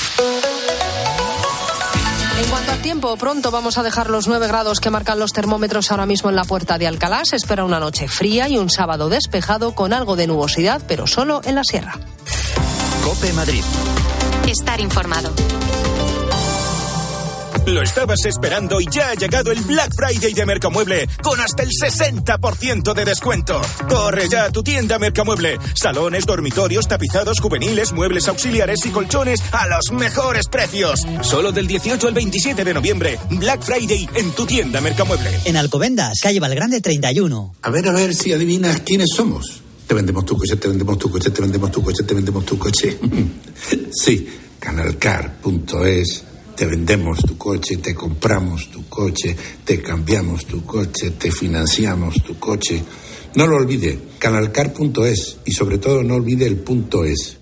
En cuanto al tiempo, pronto vamos a dejar los nueve grados que marcan los termómetros ahora mismo en la Puerta de Alcalá. Se espera una noche fría y un sábado despejado con algo de nubosidad, pero solo en la sierra. COPE Madrid. Estar informado. Lo estabas esperando y ya ha llegado el Black Friday de Mercamueble con hasta el sesenta por ciento de descuento. Corre ya a tu tienda Mercamueble. Salones, dormitorios, tapizados, juveniles, muebles auxiliares y colchones a los mejores precios. Solo del dieciocho al veintisiete de noviembre. Black Friday en tu tienda Mercamueble. En Alcobendas, calle Valgrande treinta y uno. A ver, a ver si adivinas quiénes somos. Te vendemos tu coche, te vendemos tu coche, te vendemos tu coche, te vendemos tu coche. Sí, canalcar punto es. Te vendemos tu coche, te compramos tu coche, te cambiamos tu coche, te financiamos tu coche. No lo olvide, canalcar punto es y sobre todo no olvide el punto es.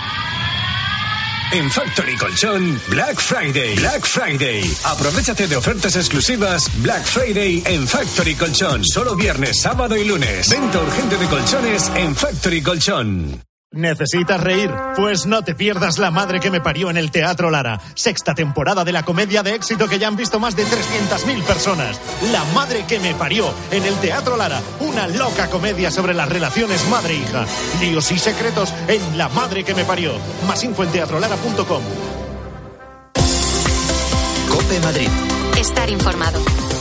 En Factory Colchón, Black Friday. Black Friday. Aprovechate de ofertas exclusivas Black Friday en Factory Colchón. Solo viernes, sábado y lunes. Venta urgente de colchones en Factory Colchón. ¿Necesitas reír? Pues no te pierdas La madre que me parió en el Teatro Lara. Sexta temporada de la comedia de éxito que ya han visto más de trescientas mil personas. La madre que me parió en el Teatro Lara. Una loca comedia sobre las relaciones madre-hija. Líos y secretos en La madre que me parió. Más info en teatro lara punto com. COPE Madrid. Estar informado.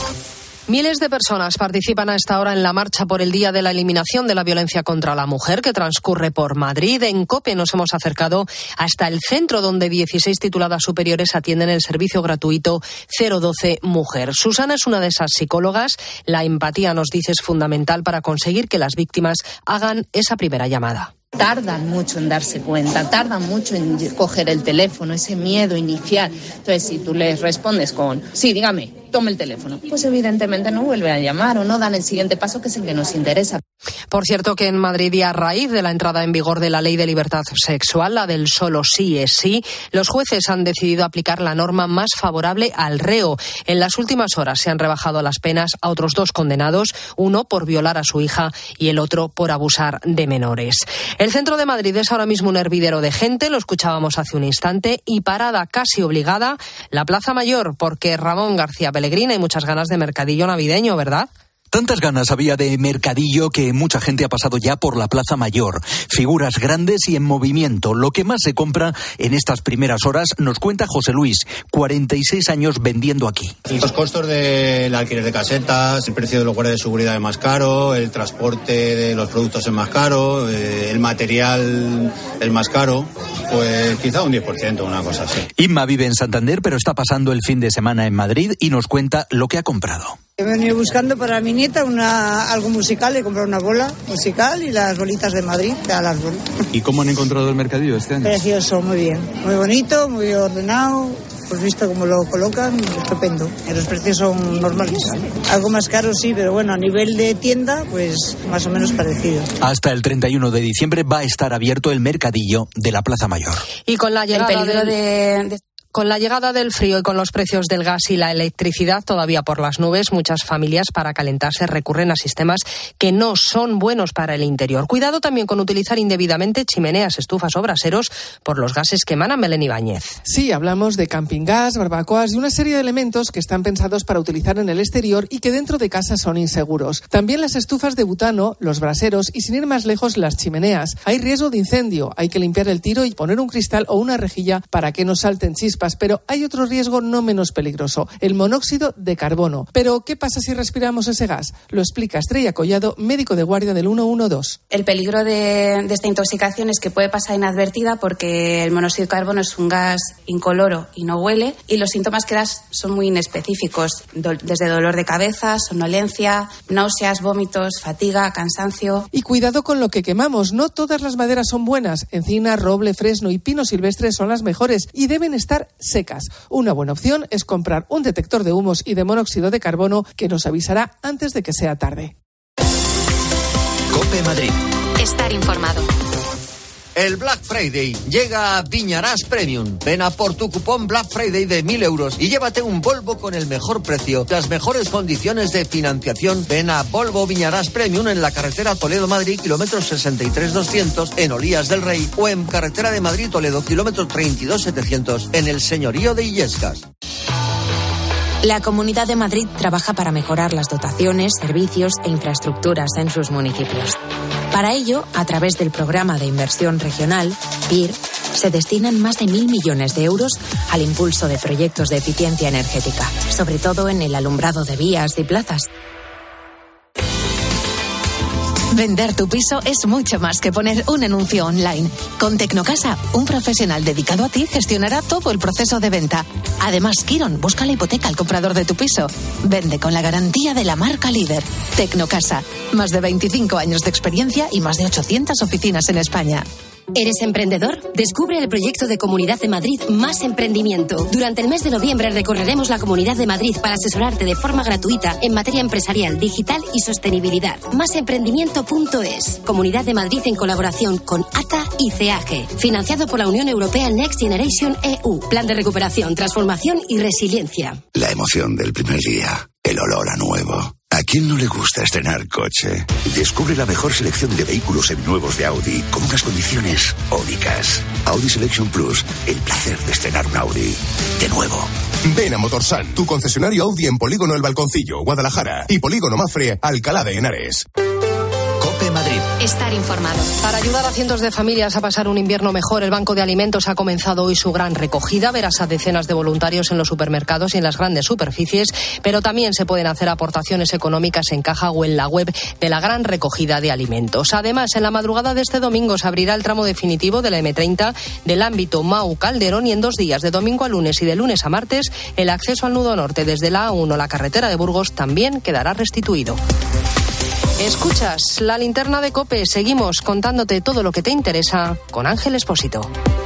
Miles de personas participan a esta hora en la marcha por el Día de la Eliminación de la Violencia contra la Mujer, que transcurre por Madrid. En COPE nos hemos acercado hasta el centro donde dieciséis tituladas superiores atienden el servicio gratuito cero doce Mujer. Susana es una de esas psicólogas. La empatía, nos dice, es fundamental para conseguir que las víctimas hagan esa primera llamada. Tardan mucho en darse cuenta, tardan mucho en coger el teléfono, ese miedo inicial. Entonces, si tú les respondes con, sí, dígame, tome el teléfono, pues evidentemente no vuelven a llamar o no dan el siguiente paso, que es el que nos interesa. Por cierto, que en Madrid, y a raíz de la entrada en vigor de la Ley de Libertad Sexual, la del solo sí es sí, los jueces han decidido aplicar la norma más favorable al reo. En las últimas horas se han rebajado las penas a otros dos condenados, uno por violar a su hija y el otro por abusar de menores. El centro de Madrid es ahora mismo un hervidero de gente, lo escuchábamos hace un instante, y parada casi obligada la Plaza Mayor, porque Ramón García Pellegrini, hay muchas ganas de mercadillo navideño, ¿verdad? Tantas ganas había de mercadillo que mucha gente ha pasado ya por la Plaza Mayor. Figuras grandes y en movimiento. Lo que más se compra en estas primeras horas, nos cuenta José Luis, cuarenta y seis años vendiendo aquí. Los costos del alquiler de casetas, el precio de los guardias de seguridad es más caro, el transporte de los productos es más caro, el material es más caro, pues quizá un diez por ciento, una cosa así. Inma vive en Santander, pero está pasando el fin de semana en Madrid y nos cuenta lo que ha comprado. He venido buscando para mi nieta una, algo musical, he comprado una bola musical y las bolitas de Madrid, a las bolas. ¿Y cómo han encontrado el mercadillo este año? Precioso, muy bien, muy bonito, muy ordenado, pues visto cómo lo colocan, estupendo. Los precios son normales, algo más caro sí, pero bueno, a nivel de tienda, pues más o menos parecido. Hasta el treinta y uno de diciembre va a estar abierto el mercadillo de la Plaza Mayor. Y con la llegada el peligro del... de... de... Con la llegada del frío y con los precios del gas y la electricidad todavía por las nubes, muchas familias para calentarse recurren a sistemas que no son buenos para el interior. Cuidado también con utilizar indebidamente chimeneas, estufas o braseros por los gases que emanan. Belén Ibáñez. Sí, hablamos de camping gas, barbacoas y una serie de elementos que están pensados para utilizar en el exterior y que dentro de casa son inseguros. También las estufas de butano, los braseros y, sin ir más lejos, las chimeneas. Hay riesgo de incendio, hay que limpiar el tiro y poner un cristal o una rejilla para que no salten chispas. Pero hay otro riesgo no menos peligroso, el monóxido de carbono. Pero, ¿qué pasa si respiramos ese gas? Lo explica Estrella Collado, médico de guardia del ciento doce. El peligro de, de esta intoxicación es que puede pasar inadvertida porque el monóxido de carbono es un gas incoloro y no huele, y los síntomas que das son muy inespecíficos, do, desde dolor de cabeza, somnolencia, náuseas, vómitos, fatiga, cansancio. Y cuidado con lo que quemamos, no todas las maderas son buenas. Encina, roble, fresno y pino silvestre son las mejores y deben estar secas. Una buena opción es comprar un detector de humos y de monóxido de carbono que nos avisará antes de que sea tarde. COPE Madrid. Estar informado. El Black Friday llega a Viñarás Premium. Ven a por tu cupón Black Friday de mil euros y llévate un Volvo con el mejor precio, las mejores condiciones de financiación. Ven a Volvo Viñarás Premium en la carretera Toledo-Madrid, kilómetro sesenta y tres doscientos, en Olías del Rey, o en carretera de Madrid-Toledo, kilómetro treinta y dos setecientos, en el Señorío de Illescas. La Comunidad de Madrid trabaja para mejorar las dotaciones, servicios e infraestructuras en sus municipios. Para ello, a través del Programa de Inversión Regional, P I R, se destinan más de mil millones de euros al impulso de proyectos de eficiencia energética, sobre todo en el alumbrado de vías y plazas. Vender tu piso es mucho más que poner un anuncio online. Con Tecnocasa, un profesional dedicado a ti gestionará todo el proceso de venta. Además, Kiron busca la hipoteca al comprador de tu piso. Vende con la garantía de la marca líder. Tecnocasa, más de veinticinco años de experiencia y más de ochocientas oficinas en España. ¿Eres emprendedor? Descubre el proyecto de Comunidad de Madrid Más Emprendimiento. Durante el mes de noviembre recorreremos la Comunidad de Madrid para asesorarte de forma gratuita en materia empresarial, digital y sostenibilidad. más emprendimiento punto es. Comunidad de Madrid en colaboración con A T A y C A G. Financiado por la Unión Europea Next Generation E U. Plan de recuperación, transformación y resiliencia. La emoción del primer día. El olor a nuevo. ¿A quién no le gusta estrenar coche? Descubre la mejor selección de vehículos seminuevos de Audi con unas condiciones únicas. Audi Selection Plus, el placer de estrenar un Audi de nuevo. Ven a Motorsan, tu concesionario Audi en Polígono El Balconcillo, Guadalajara, y Polígono Mafre, Alcalá de Henares. COPE Madrid. Estar informado. Para ayudar a cientos de familias a pasar un invierno mejor, el Banco de Alimentos ha comenzado hoy su gran recogida. Verás a decenas de voluntarios en los supermercados y en las grandes superficies, pero también se pueden hacer aportaciones económicas en caja o en la web de la gran recogida de alimentos. Además, en la madrugada de este domingo se abrirá el tramo definitivo de la eme treinta del ámbito Mau-Calderón y en dos días, de domingo a lunes y de lunes a martes, el acceso al nudo norte desde la A uno, la carretera de Burgos, también quedará restituido. Escuchas la linterna de COPE. Seguimos contándote todo lo que te interesa con Ángel Expósito.